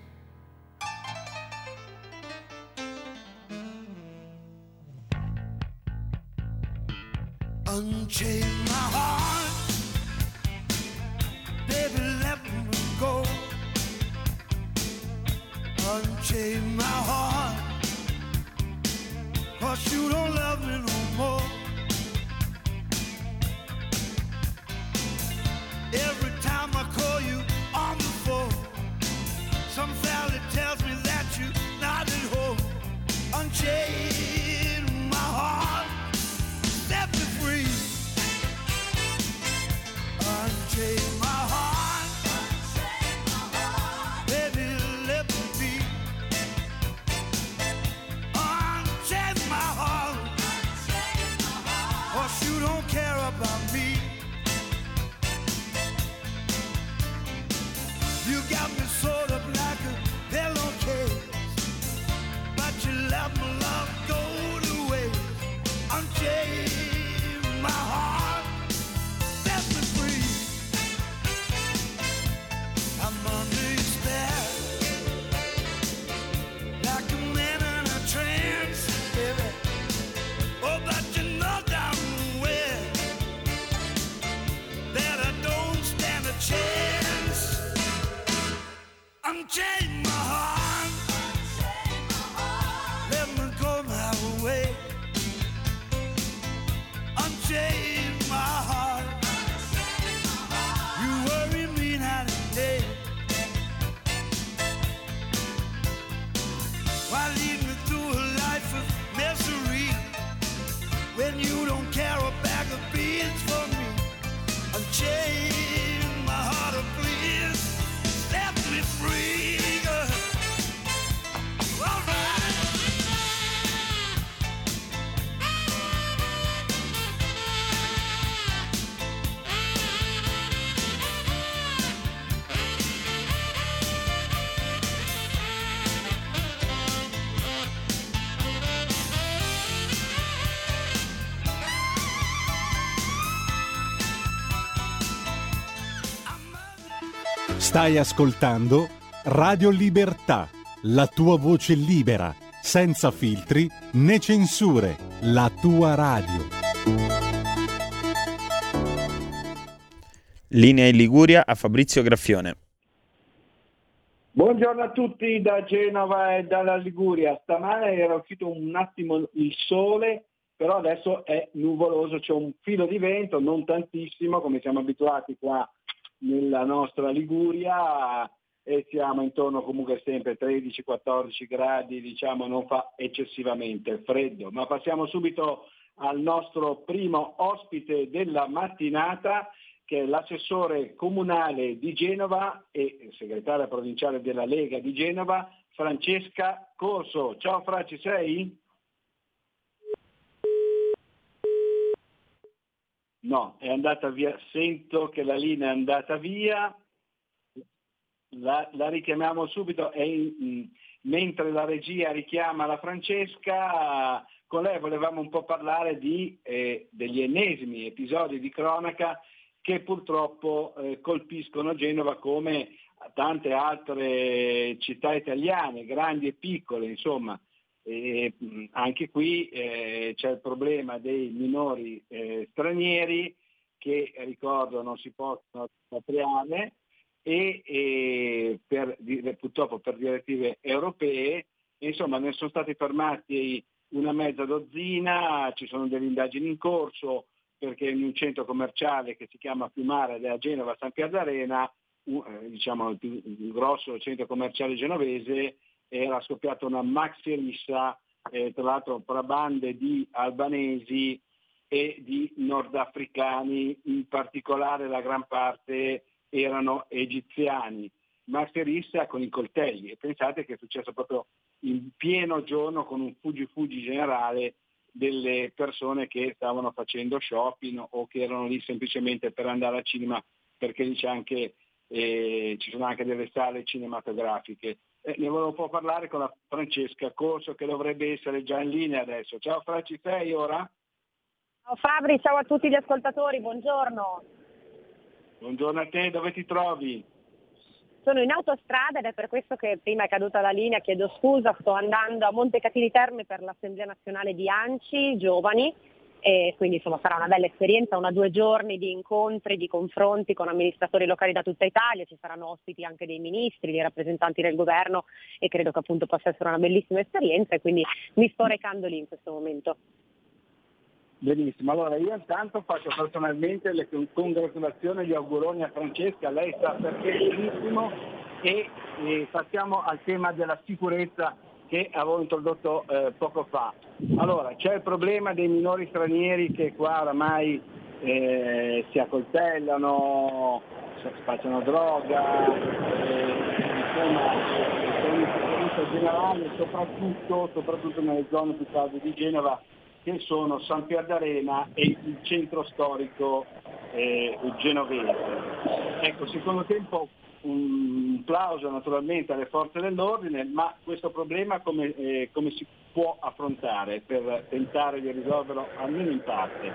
Unchain my heart, baby, let me go. Unchain my heart, 'cause you don't love me no more. Every time I call you on the phone, some fella tells me that you're not at home. Unchain my heart, set me free. Unchain my heart, baby, let me be. Unchain my heart, 'cause you don't care about me. You got me sort of like a pillowcase, but you let my love go to waste. Unchain my heart, set me free. I'm under your spell, like a man in a trance, baby. Oh, but you know damn well that I don't stand a chance. Unchain my heart, let me go my way. Unchain my heart, you worry me night and day. Why lead me through a life of misery when you don't care a bag of beans for me? Unchain my heart, oh please, set me free, girl. All right. Stai ascoltando Radio Libertà, la tua voce libera, senza filtri né censure, la tua radio. Linea in Liguria a Fabrizio Graffione. Buongiorno a tutti da Genova e dalla Liguria. Stamane era uscito un attimo il sole, però adesso è nuvoloso, c'è un filo di vento, non tantissimo come siamo abituati qua nella nostra Liguria, e siamo intorno comunque sempre tredici quattordici gradi, diciamo non fa eccessivamente freddo. Ma passiamo subito al nostro primo ospite della mattinata, che è l'assessore comunale di Genova e segretaria provinciale della Lega di Genova, Francesca Corso. Ciao Fra, ci sei? No, è andata via, sento che la linea è andata via, la, la richiamiamo subito e in, mentre la regia richiama la Francesca, con lei volevamo un po' parlare di, eh, degli ennesimi episodi di cronaca che purtroppo eh, colpiscono Genova come tante altre città italiane, grandi e piccole, insomma. E anche qui eh, c'è il problema dei minori eh, stranieri che, ricordo, non si possono rimpatriare e, e per, purtroppo per direttive europee, insomma ne sono stati fermati una mezza dozzina, ci sono delle indagini in corso perché in un centro commerciale che si chiama Fiumara della Genova San Piazzarena, eh, diciamo il più il grosso centro commerciale genovese, era scoppiata una maxi rissa, eh, tra l'altro tra bande di albanesi e di nordafricani, in particolare la gran parte erano egiziani. Maxi rissa con i coltelli, e pensate che è successo proprio in pieno giorno con un fuggi-fuggi generale delle persone che stavano facendo shopping o che erano lì semplicemente per andare al cinema, perché lì c'è anche, eh, ci sono anche delle sale cinematografiche. eh, ne volevo un po' parlare con la Francesca Corso, che dovrebbe essere già in linea adesso. Ciao Fra, ci sei ora? Ciao Fabri, ciao a tutti gli ascoltatori, buongiorno. Buongiorno a te, dove ti trovi? Sono in autostrada ed è per questo che prima è caduta la linea, chiedo scusa, sto andando a Montecatini Terme per l'Assemblea Nazionale di ANCI, giovani, e quindi insomma sarà una bella esperienza, una due giorni di incontri, di confronti con amministratori locali da tutta Italia, ci saranno ospiti anche dei ministri, dei rappresentanti del governo e credo che appunto possa essere una bellissima esperienza e quindi mi sto recando lì in questo momento. Benissimo, allora io intanto faccio personalmente le congratulazioni e gli auguroni a Francesca, lei sta perché benissimo e, e passiamo al tema della sicurezza che avevo introdotto eh, poco fa. Allora, c'è il problema dei minori stranieri che qua oramai eh, si accoltellano, spacciano droga, eh, insomma c'è un'insicurezza generale soprattutto, soprattutto nelle zone più calde di Genova, che sono San Pier d'Arena e il centro storico eh, genovese. Ecco, secondo tempo un plauso naturalmente alle forze dell'ordine, ma questo problema come, eh, come si può affrontare per tentare di risolverlo almeno in parte?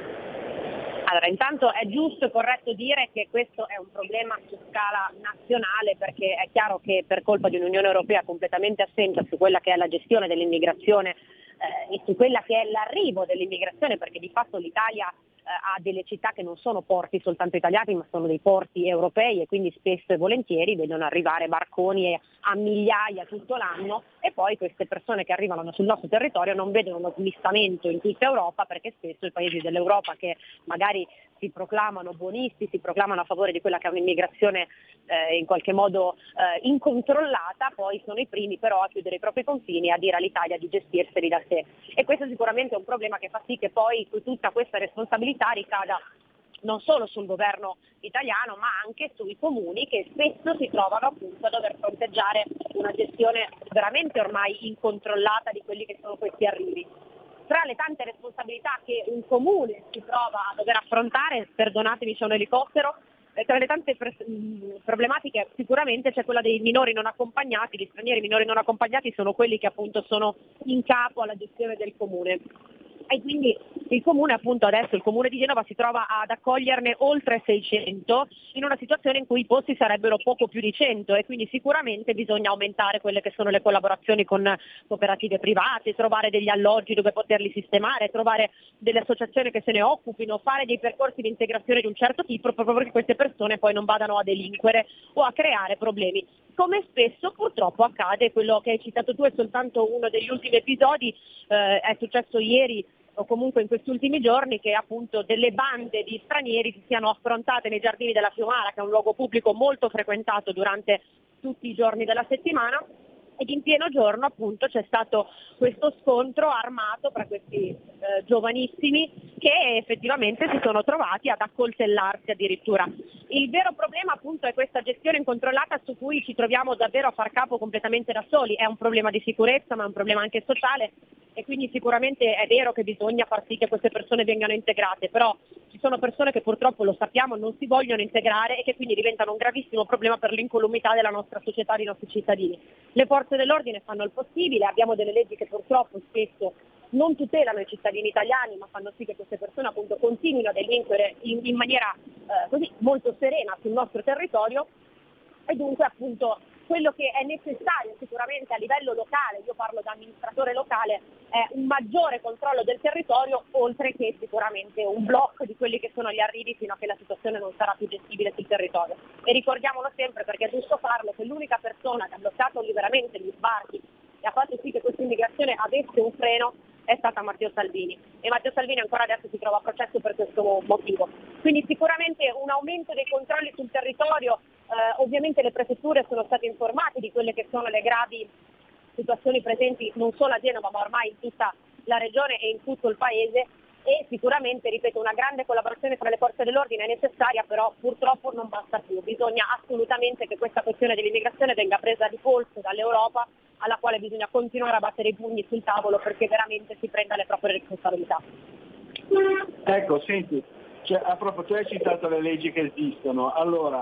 Allora, intanto è giusto e corretto dire che questo è un problema su scala nazionale, perché è chiaro che per colpa di un'Unione Europea completamente assente su quella che è la gestione dell'immigrazione eh, e su quella che è l'arrivo dell'immigrazione, perché di fatto l'Italia ha delle città che non sono porti soltanto italiani ma sono dei porti europei e quindi spesso e volentieri vedono arrivare barconi a migliaia tutto l'anno e poi queste persone che arrivano sul nostro territorio non vedono uno smistamento in tutta Europa, perché spesso i paesi dell'Europa che magari si proclamano buonisti, si proclamano a favore di quella che è un'immigrazione eh, in qualche modo eh, incontrollata, poi sono i primi però a chiudere i propri confini e a dire all'Italia di gestirseli da sé. E questo sicuramente è un problema che fa sì che poi tutta questa responsabilità ricada non solo sul governo italiano ma anche sui comuni, che spesso si trovano appunto a dover fronteggiare una gestione veramente ormai incontrollata di quelli che sono questi arrivi. Tra le tante responsabilità che un comune si trova a dover affrontare, perdonatemi c'è un elicottero, eh, tra le tante pre- problematiche sicuramente c'è quella dei minori non accompagnati. Gli stranieri minori non accompagnati sono quelli che appunto sono in capo alla gestione del comune. E quindi il comune appunto adesso, il comune di Genova si trova ad accoglierne oltre seicento in una situazione in cui i posti sarebbero poco più di cento e quindi sicuramente bisogna aumentare quelle che sono le collaborazioni con cooperative private, trovare degli alloggi dove poterli sistemare, trovare delle associazioni che se ne occupino, fare dei percorsi di integrazione di un certo tipo proprio perché queste persone poi non vadano a delinquere o a creare problemi. Come spesso purtroppo accade, quello che hai citato tu è soltanto uno degli ultimi episodi, eh, è successo ieri o comunque in questi ultimi giorni, che appunto delle bande di stranieri si siano affrontate nei giardini della Fiumara, che è un luogo pubblico molto frequentato durante tutti i giorni della settimana, ed in pieno giorno appunto c'è stato questo scontro armato tra questi eh, giovanissimi che effettivamente si sono trovati ad accoltellarsi addirittura. Il vero problema appunto è questa gestione incontrollata su cui ci troviamo davvero a far capo completamente da soli. È un problema di sicurezza ma è un problema anche sociale e quindi sicuramente è vero che bisogna far sì che queste persone vengano integrate, però ci sono persone che purtroppo, lo sappiamo, non si vogliono integrare e che quindi diventano un gravissimo problema per l'incolumità della nostra società, dei nostri cittadini. Le forze dell'ordine fanno il possibile, abbiamo delle leggi che purtroppo spesso non tutelano i cittadini italiani ma fanno sì che queste persone appunto continuino a delinquere in, in maniera eh, così molto serena sul nostro territorio e dunque appunto quello che è necessario sicuramente a livello locale, io parlo da amministratore locale, è un maggiore controllo del territorio, oltre che sicuramente un blocco di quelli che sono gli arrivi fino a che la situazione non sarà più gestibile sul territorio. E ricordiamolo sempre, perché è giusto farlo, che l'unica persona che ha bloccato liberamente gli sbarchi e ha fatto sì che questa immigrazione avesse un freno è stata Matteo Salvini, e Matteo Salvini ancora adesso si trova a processo per questo motivo. Quindi sicuramente un aumento dei controlli sul territorio, eh, ovviamente le prefetture sono state informate di quelle che sono le gravi situazioni presenti non solo a Genova ma ormai in tutta la regione e in tutto il paese, e sicuramente, ripeto, una grande collaborazione tra le forze dell'ordine è necessaria, però purtroppo non basta più, bisogna assolutamente che questa questione dell'immigrazione venga presa di polso dall'Europa, alla quale bisogna continuare a battere i pugni sul tavolo perché veramente si prenda le proprie responsabilità. Ecco, senti, cioè, a proprio tu hai citato le leggi che esistono, allora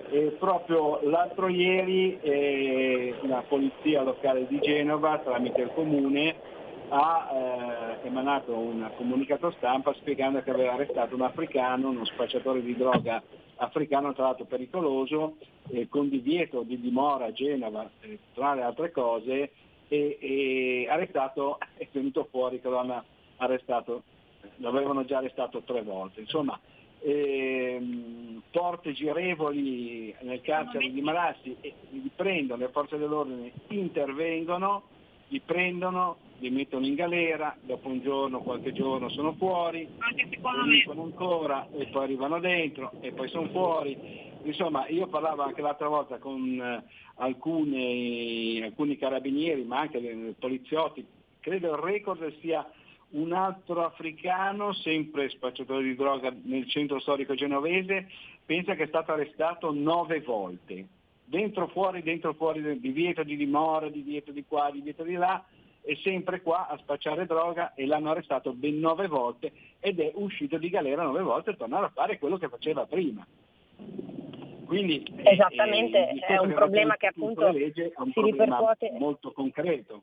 E proprio l'altro ieri eh, la polizia locale di Genova, tramite il comune, ha eh, emanato un comunicato stampa spiegando che aveva arrestato un africano, uno spacciatore di droga africano, tra l'altro pericoloso, eh, con divieto di dimora a Genova, eh, tra le altre cose, e, e arrestato, è venuto fuori che lo hanno arrestato, lo avevano già arrestato tre volte. Insomma, ehm, porte girevoli nel carcere di Marassi, e li prendono, le forze dell'ordine intervengono, li prendono, li mettono in galera, dopo un giorno, qualche giorno sono fuori, delinquono ancora e poi arrivano dentro e poi sono fuori. Insomma, io parlavo anche l'altra volta con eh, alcuni, alcuni carabinieri, ma anche dei poliziotti, credo il record sia un altro africano, sempre spacciatore di droga nel centro storico genovese, pensa che è stato arrestato nove volte, dentro fuori, dentro fuori, divieto di dimora, divieto di qua, divieto di là, e sempre qua a spacciare droga, e l'hanno arrestato ben nove volte ed è uscito di galera nove volte per tornare a fare quello che faceva prima. Quindi esattamente, eh, è un problema che appunto legge, è un si problema ripercuote molto concreto.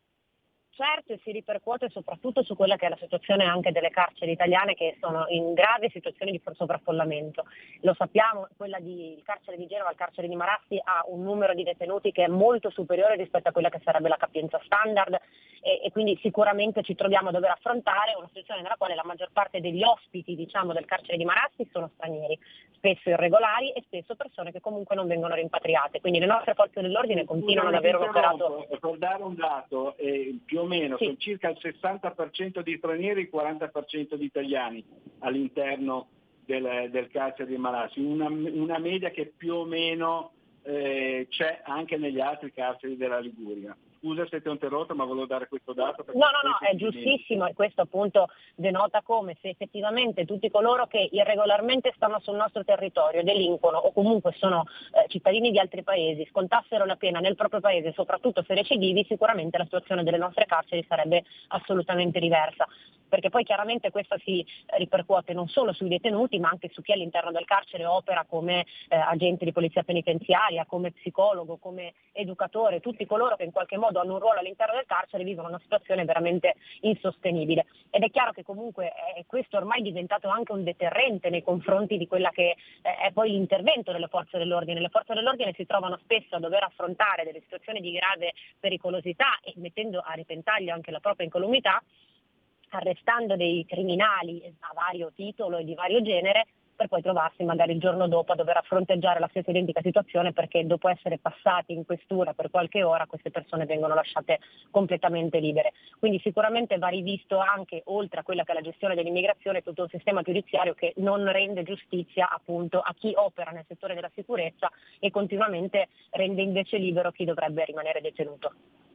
Certo, e si ripercuote soprattutto su quella che è la situazione anche delle carceri italiane, che sono in gravi situazioni di sovraffollamento. Lo sappiamo, quella di, il carcere di Genova, il carcere di Marassi ha un numero di detenuti che è molto superiore rispetto a quella che sarebbe la capienza standard, e, e quindi sicuramente ci troviamo a dover affrontare una situazione nella quale la maggior parte degli ospiti, diciamo, del carcere di Marassi sono stranieri, spesso irregolari e spesso persone che comunque non vengono rimpatriate. Quindi le nostre forze dell'ordine continuano ad avere un operato. Per dare un dato, eh, più o meno Sì. sono circa il sessanta per cento di stranieri e il quaranta per cento di italiani all'interno del, del carcere di Marassi, una, una media che più o meno eh, c'è anche negli altri carceri della Liguria. Scusa se ti ho interrotto, ma volevo dare questo dato. No, no, no, è giustissimo, e questo appunto denota come se effettivamente tutti coloro che irregolarmente stanno sul nostro territorio, delinquono o comunque sono eh, cittadini di altri paesi, scontassero la pena nel proprio paese, soprattutto se recidivi, sicuramente la situazione delle nostre carceri sarebbe assolutamente diversa. Perché poi chiaramente questo si ripercuote non solo sui detenuti, ma anche su chi all'interno del carcere opera come eh, agente di polizia penitenziaria, come psicologo, come educatore, tutti coloro che in qualche modo hanno un ruolo all'interno del carcere vivono una situazione veramente insostenibile. Ed è chiaro che comunque eh, questo ormai è diventato anche un deterrente nei confronti di quella che eh, è poi l'intervento delle forze dell'ordine. Le forze dell'ordine si trovano spesso a dover affrontare delle situazioni di grave pericolosità e mettendo a repentaglio anche la propria incolumità, arrestando dei criminali a vario titolo e di vario genere, per poi trovarsi magari il giorno dopo a dover fronteggiare la stessa identica situazione, perché dopo essere passati in questura per qualche ora queste persone vengono lasciate completamente libere. Quindi sicuramente va rivisto anche, oltre a quella che è la gestione dell'immigrazione, tutto un sistema giudiziario che non rende giustizia appunto a chi opera nel settore della sicurezza e continuamente rende invece libero chi dovrebbe rimanere detenuto.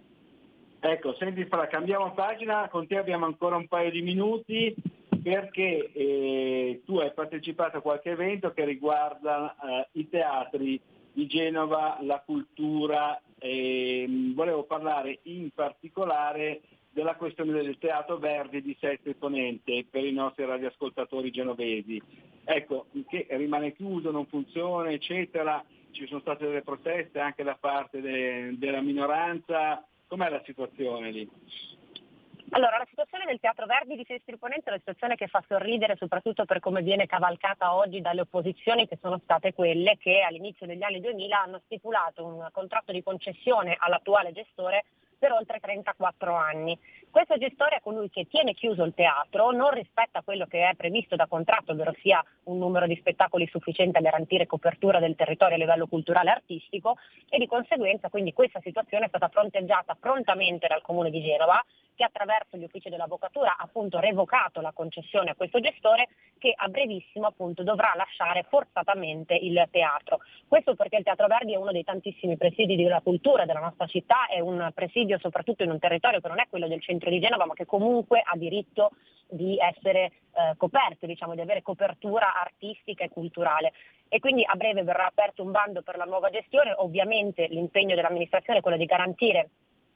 Ecco, senti Fra, cambiamo pagina, con te abbiamo ancora un paio di minuti, perché eh, tu hai partecipato a qualche evento che riguarda eh, i teatri di Genova, la cultura, e mh, volevo parlare in particolare della questione del Teatro Verdi di Sesto Ponente per i nostri radioascoltatori genovesi. Ecco, che rimane chiuso, non funziona, eccetera, ci sono state delle proteste anche da parte de- della minoranza. Com'è la situazione lì? Allora, la situazione del Teatro Verdi di Sesto Ponente è una situazione che fa sorridere soprattutto per come viene cavalcata oggi dalle opposizioni, che sono state quelle che all'inizio degli anni duemila hanno stipulato un contratto di concessione all'attuale gestore per oltre trentaquattro anni. Questo gestore è colui che tiene chiuso il teatro, non rispetta quello che è previsto da contratto, ovvero sia un numero di spettacoli sufficiente a garantire copertura del territorio a livello culturale e artistico, e di conseguenza quindi questa situazione è stata fronteggiata prontamente dal Comune di Genova, che attraverso gli uffici dell'avvocatura ha appunto revocato la concessione a questo gestore, che a brevissimo appunto dovrà lasciare forzatamente il teatro. Questo perché il Teatro Verdi è uno dei tantissimi presidi della cultura della nostra città, è un presidio soprattutto in un territorio che non è quello del centro di Genova, ma che comunque ha diritto di essere eh, coperto, diciamo, di avere copertura artistica e culturale. E quindi a breve verrà aperto un bando per la nuova gestione. Ovviamente l'impegno dell'amministrazione è quello di garantire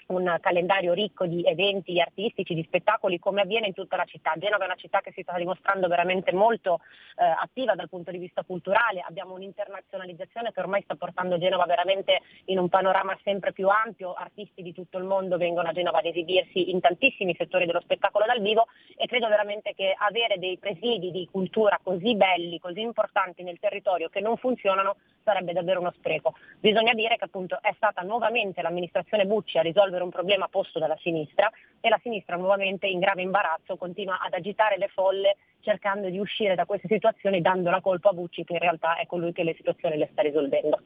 un calendario ricco di eventi artistici, di spettacoli, come avviene in tutta la città. Genova è una città che si sta dimostrando veramente molto eh, attiva dal punto di vista culturale, abbiamo un'internazionalizzazione che ormai sta portando Genova veramente in un panorama sempre più ampio, artisti di tutto il mondo vengono a Genova ad esibirsi in tantissimi settori dello spettacolo dal vivo, e credo veramente che avere dei presidi di cultura così belli, così importanti nel territorio che non funzionano sarebbe davvero uno spreco. Bisogna dire che appunto è stata nuovamente l'amministrazione Bucci a risolvere un problema posto dalla sinistra, e la sinistra nuovamente in grave imbarazzo continua ad agitare le folle cercando di uscire da queste situazioni, dando la colpa a Bucci, che in realtà è colui che le situazioni le sta risolvendo.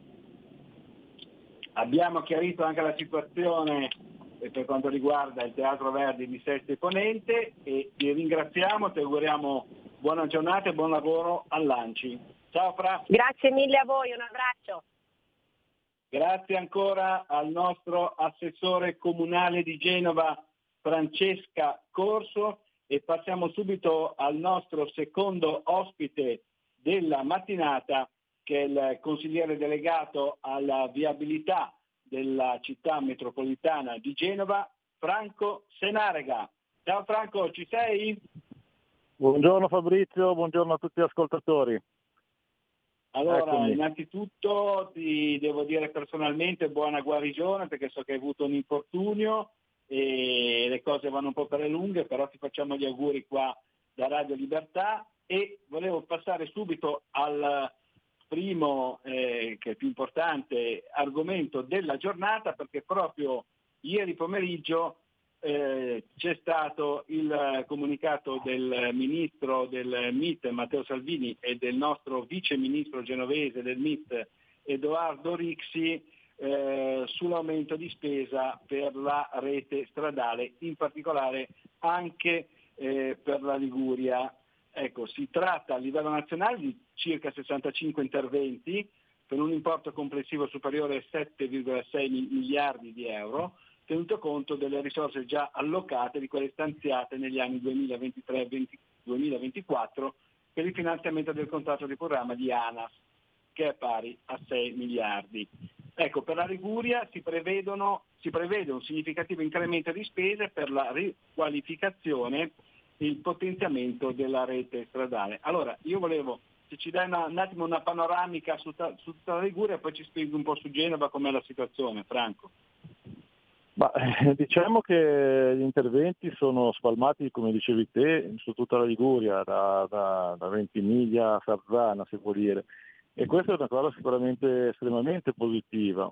Abbiamo chiarito anche la situazione per quanto riguarda il Teatro Verdi di Sesto e Ponente, e ti ringraziamo, ti auguriamo buona giornata e buon lavoro all'Anci. Ciao Fra. Grazie mille a voi, un abbraccio. Grazie ancora al nostro assessore comunale di Genova Francesca Corso, e passiamo subito al nostro secondo ospite della mattinata, che è il consigliere delegato alla viabilità della città metropolitana di Genova, Franco Senarega. Ciao Franco, ci sei? Buongiorno Fabrizio, buongiorno a tutti gli ascoltatori. Allora, Eccomi. innanzitutto ti devo dire personalmente buona guarigione, perché so che hai avuto un infortunio e le cose vanno un po' per le lunghe, però ti facciamo gli auguri qua da Radio Libertà, e volevo passare subito al primo, eh, che è più importante, argomento della giornata, perché proprio ieri pomeriggio eh, c'è stato il comunicato del ministro del M I T Matteo Salvini e del nostro vice ministro genovese del M I T Edoardo Rixi eh, sull'aumento di spesa per la rete stradale, in particolare anche eh, per la Liguria. Ecco, si tratta a livello nazionale di circa sessantacinque interventi per un importo complessivo superiore a sette virgola sei miliardi di euro, tenuto conto delle risorse già allocate, di quelle stanziate negli anni duemilaventitré duemilaventiquattro per il finanziamento del contratto di programma di ANAS, che è pari a sei miliardi. Ecco, per la Liguria si, prevedono, si prevede un significativo incremento di spese per la riqualificazione e il potenziamento della rete stradale. Allora, io volevo, se ci dai una, un attimo una panoramica su, ta, su tutta la Liguria, poi ci spieghi un po' su Genova com'è la situazione, Franco. Ma, eh, diciamo che gli interventi sono spalmati, come dicevi te, su tutta la Liguria, da, da, da Ventimiglia a Sarzana, si può dire. E questa è una cosa sicuramente estremamente positiva,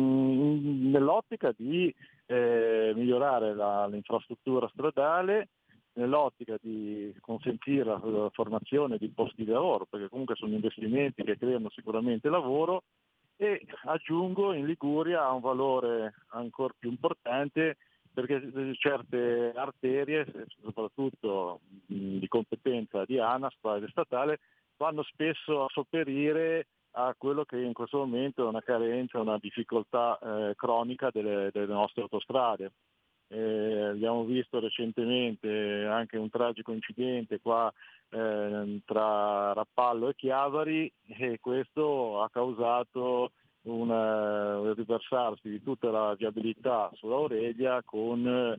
mm, nell'ottica di eh, migliorare la, l'infrastruttura stradale, nell'ottica di consentire la, la formazione di posti di lavoro, perché comunque sono investimenti che creano sicuramente lavoro, e aggiungo in Liguria ha un valore ancora più importante perché certe arterie, soprattutto mh, di competenza di ANAS, strada statale, vanno spesso a sopperire a quello che in questo momento è una carenza, una difficoltà eh, cronica delle, delle nostre autostrade. Eh, abbiamo visto recentemente anche un tragico incidente qua eh, tra Rappallo e Chiavari, e questo ha causato un uh, riversarsi di tutta la viabilità sull'Aurelia con uh,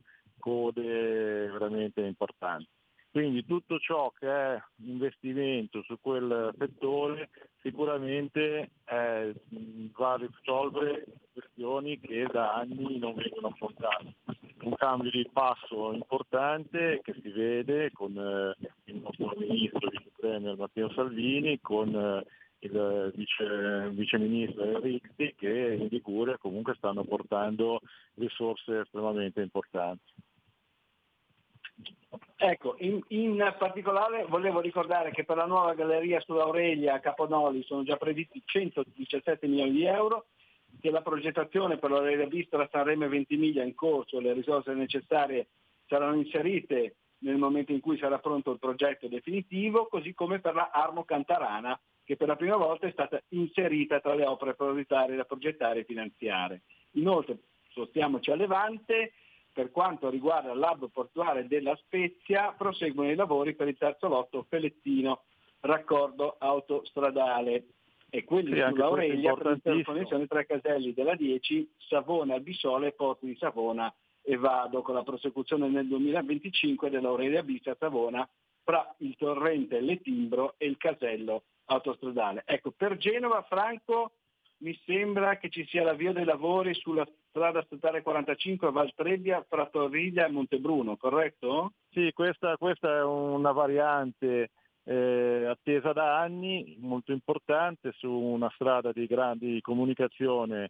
code veramente importanti. Quindi tutto ciò che è investimento su quel settore sicuramente eh, va a risolvere questioni che da anni non vengono affrontate. Un cambio di passo importante che si vede con eh, il nostro ministro, vice premier Matteo Salvini, con eh, il vice, vice ministro Enrique, che in Liguria comunque stanno portando risorse estremamente importanti. Ecco, in, in particolare volevo ricordare che per la nuova galleria sull'Aurelia a Caponoli sono già previsti centodiciassette milioni di euro, che la progettazione per la rivista Sanremo e Ventimiglia è in corso, le risorse necessarie saranno inserite nel momento in cui sarà pronto il progetto definitivo, così come per la Arno Cantarana, che per la prima volta è stata inserita tra le opere prioritarie da progettare e finanziare. Inoltre, spostiamoci a Levante, per quanto riguarda l'hub portuale della Spezia, proseguono i lavori per il terzo lotto Felettino, raccordo autostradale, e quelli sì, sull'Aurelia per l'interconnessione tra i caselli della dieci, Savona Albisole e Porto di Savona e vado con la prosecuzione nel duemilaventicinque dell'Aurelia Bis a Savona fra il torrente Le Timbro e il casello autostradale. Ecco, per Genova, Franco, mi sembra che ci sia l'avvio dei lavori sulla strada statale quarantacinque Val Trebbia fra Torriglia e Montebruno, corretto? Sì, questa, questa è una variante eh, attesa da anni, molto importante, su una strada di grandi comunicazione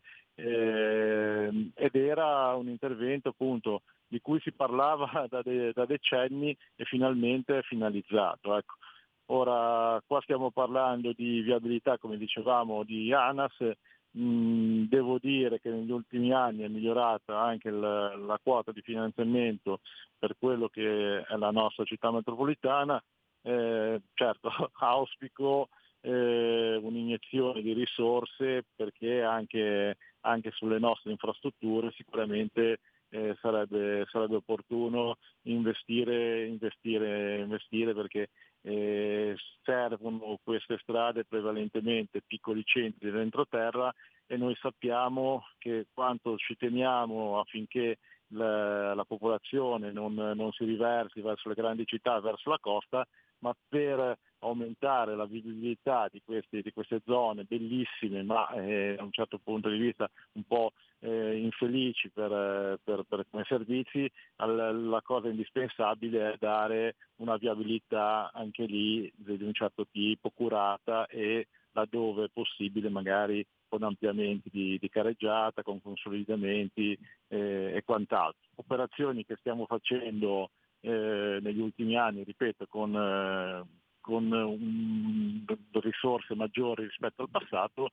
eh, ed era un intervento appunto di cui si parlava da, de, da decenni e finalmente è finalizzato. Ecco. Ora qua stiamo parlando di viabilità, come dicevamo, di ANAS. Mm, devo dire che negli ultimi anni è migliorata anche il, la quota di finanziamento per quello che è la nostra città metropolitana. Eh, certo, auspico eh, un'iniezione di risorse perché anche, anche sulle nostre infrastrutture sicuramente eh, sarebbe, sarebbe opportuno investire, investire, investire perché eh, servono queste strade prevalentemente piccoli centri dell'entroterra e noi sappiamo che quanto ci teniamo affinché la, la popolazione non, non si riversi verso le grandi città, verso la costa, ma per aumentare la vivibilità di queste, di queste zone bellissime ma eh, da un certo punto di vista un po' eh, infelici per, per, per come servizi, all, la cosa indispensabile è dare una viabilità anche lì di un certo tipo, curata e laddove possibile magari con ampliamenti di, di careggiata, con consolidamenti eh, e quant'altro. Operazioni che stiamo facendo eh, negli ultimi anni, ripeto, con, eh, con un, risorse maggiori rispetto al passato.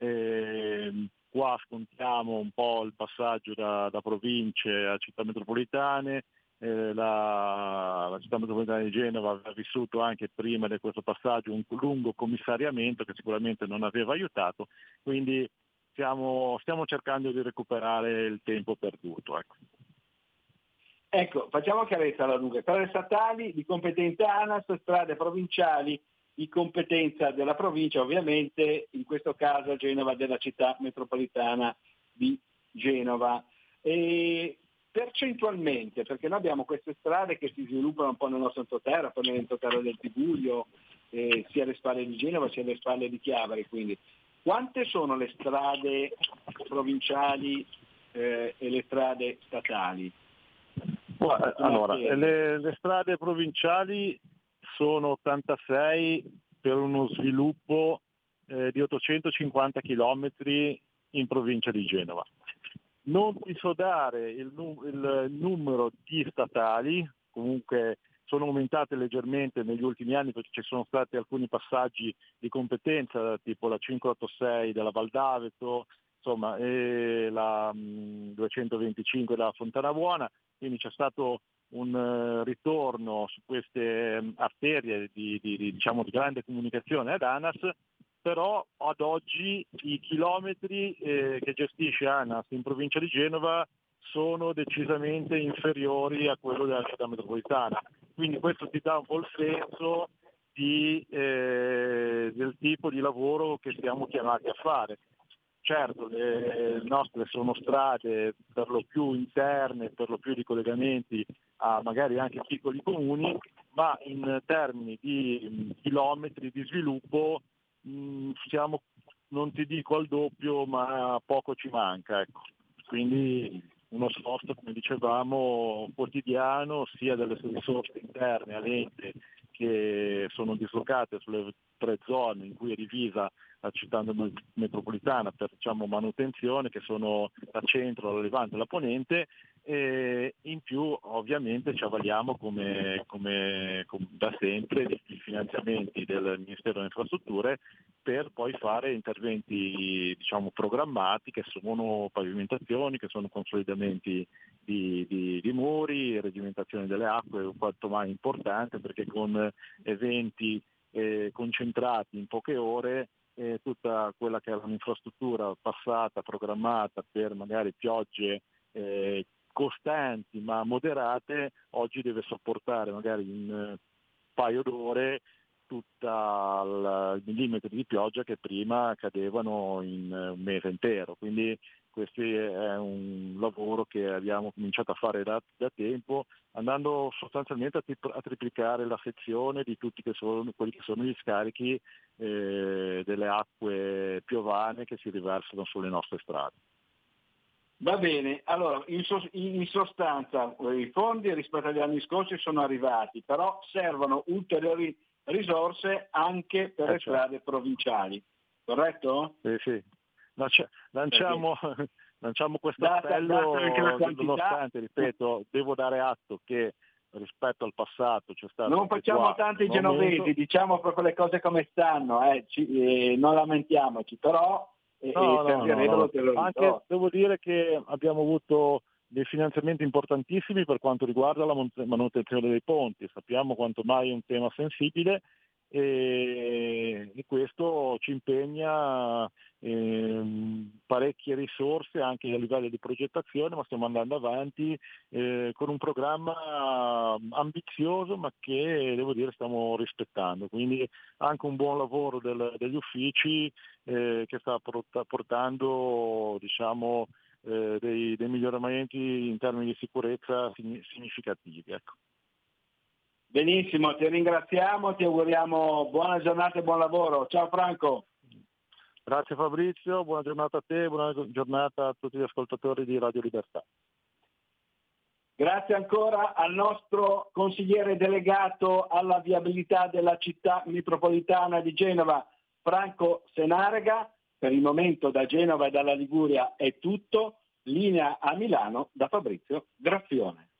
Eh, qua scontiamo un po' il passaggio da, da province a città metropolitane. Eh, la, la città metropolitana di Genova aveva vissuto anche prima di questo passaggio un lungo commissariamento che sicuramente non aveva aiutato, quindi stiamo, stiamo cercando di recuperare il tempo perduto. Ecco, ecco facciamo chiarezza alla lunga. Strade statali di competenza ANAS, strade provinciali di competenza della provincia, ovviamente in questo caso Genova della città metropolitana di Genova. E percentualmente, perché noi abbiamo queste strade che si sviluppano un po' nel nostro entroterra, poi nell'entroterra del Tigullio, eh, sia alle spalle di Genova sia alle spalle di Chiavari, quindi quante sono le strade provinciali eh, e le strade statali? Allora, le, le strade provinciali sono ottantasei per uno sviluppo eh, di ottocentocinquanta chilometri in provincia di Genova. Non ti so dare il, il numero di statali, comunque sono aumentate leggermente negli ultimi anni perché ci sono stati alcuni passaggi di competenza, tipo la cinquecentottantasei della Val d'Aveto, insomma, e la mh, duecentoventicinque della Fontana Buona, quindi c'è stato un uh, ritorno su queste um, arterie di, di, di, diciamo, di grande comunicazione ad ANAS. Però ad oggi i chilometri eh, che gestisce ANAS in provincia di Genova sono decisamente inferiori a quello della città metropolitana. Quindi questo ti dà un po' il senso di, eh, del tipo di lavoro che siamo chiamati a fare. Certo, le nostre sono strade per lo più interne, per lo più di collegamenti a magari anche piccoli comuni, ma in termini di mh, chilometri di sviluppo siamo, non ti dico al doppio, ma poco ci manca, ecco. Quindi uno sforzo, come dicevamo, quotidiano sia delle risorse interne all'ente che sono dislocate sulle tre zone in cui è divisa la città metropolitana per, diciamo, manutenzione, che sono la centro, la levante e la ponente, e in più ovviamente ci avvaliamo come, come, come da sempre di finanziamenti del Ministero delle Infrastrutture per poi fare interventi, diciamo, programmati, che sono pavimentazioni, che sono consolidamenti di, di, di muri, regimentazione delle acque, quanto mai importante, perché con eventi eh, concentrati in poche ore eh, tutta quella che era un'infrastruttura passata, programmata per magari piogge eh, costanti ma moderate, oggi deve sopportare magari un paio d'ore tutta il millimetri di pioggia che prima cadevano in un mese intero. Quindi questo è un lavoro che abbiamo cominciato a fare da, da tempo, andando sostanzialmente a, tri- a triplicare la sezione di tutti che sono, quelli che sono gli scarichi eh, delle acque piovane che si riversano sulle nostre strade. Va bene, allora in, so- in sostanza i fondi rispetto agli anni scorsi sono arrivati, però servono ulteriori risorse anche per Eh, le strade provinciali, corretto? Sì, sì. Lancia- lanciamo, lanciamo questo Data- appello, data anche la quantità- nonostante, ripeto, devo dare atto che rispetto al passato c'è stato... Non facciamo effettuato tanto i un genovesi, aumento. diciamo proprio le cose come stanno, eh, ci- eh, non lamentiamoci, però eh, No, eh, no, no, servirebbero no. te lo Anche ricordo. devo dire che abbiamo avuto dei finanziamenti importantissimi per quanto riguarda la mon- manutenzione dei ponti. Sappiamo quanto mai è un tema sensibile e, e questo ci impegna ehm, parecchie risorse anche a livello di progettazione, ma stiamo andando avanti eh, con un programma ambizioso ma che devo dire stiamo rispettando. Quindi anche un buon lavoro del- degli uffici eh, che sta porta- portando diciamo eh, dei, dei miglioramenti in termini di sicurezza signi- significativi. Ecco. Benissimo, ti ringraziamo, ti auguriamo buona giornata e buon lavoro. Ciao Franco. Grazie Fabrizio, buona giornata a te, buona giornata a tutti gli ascoltatori di Radio Libertà. Grazie ancora al nostro consigliere delegato alla viabilità della città metropolitana di Genova, Franco Senarega. Per il momento da Genova e dalla Liguria è tutto. Linea a Milano da Fabrizio Graffione.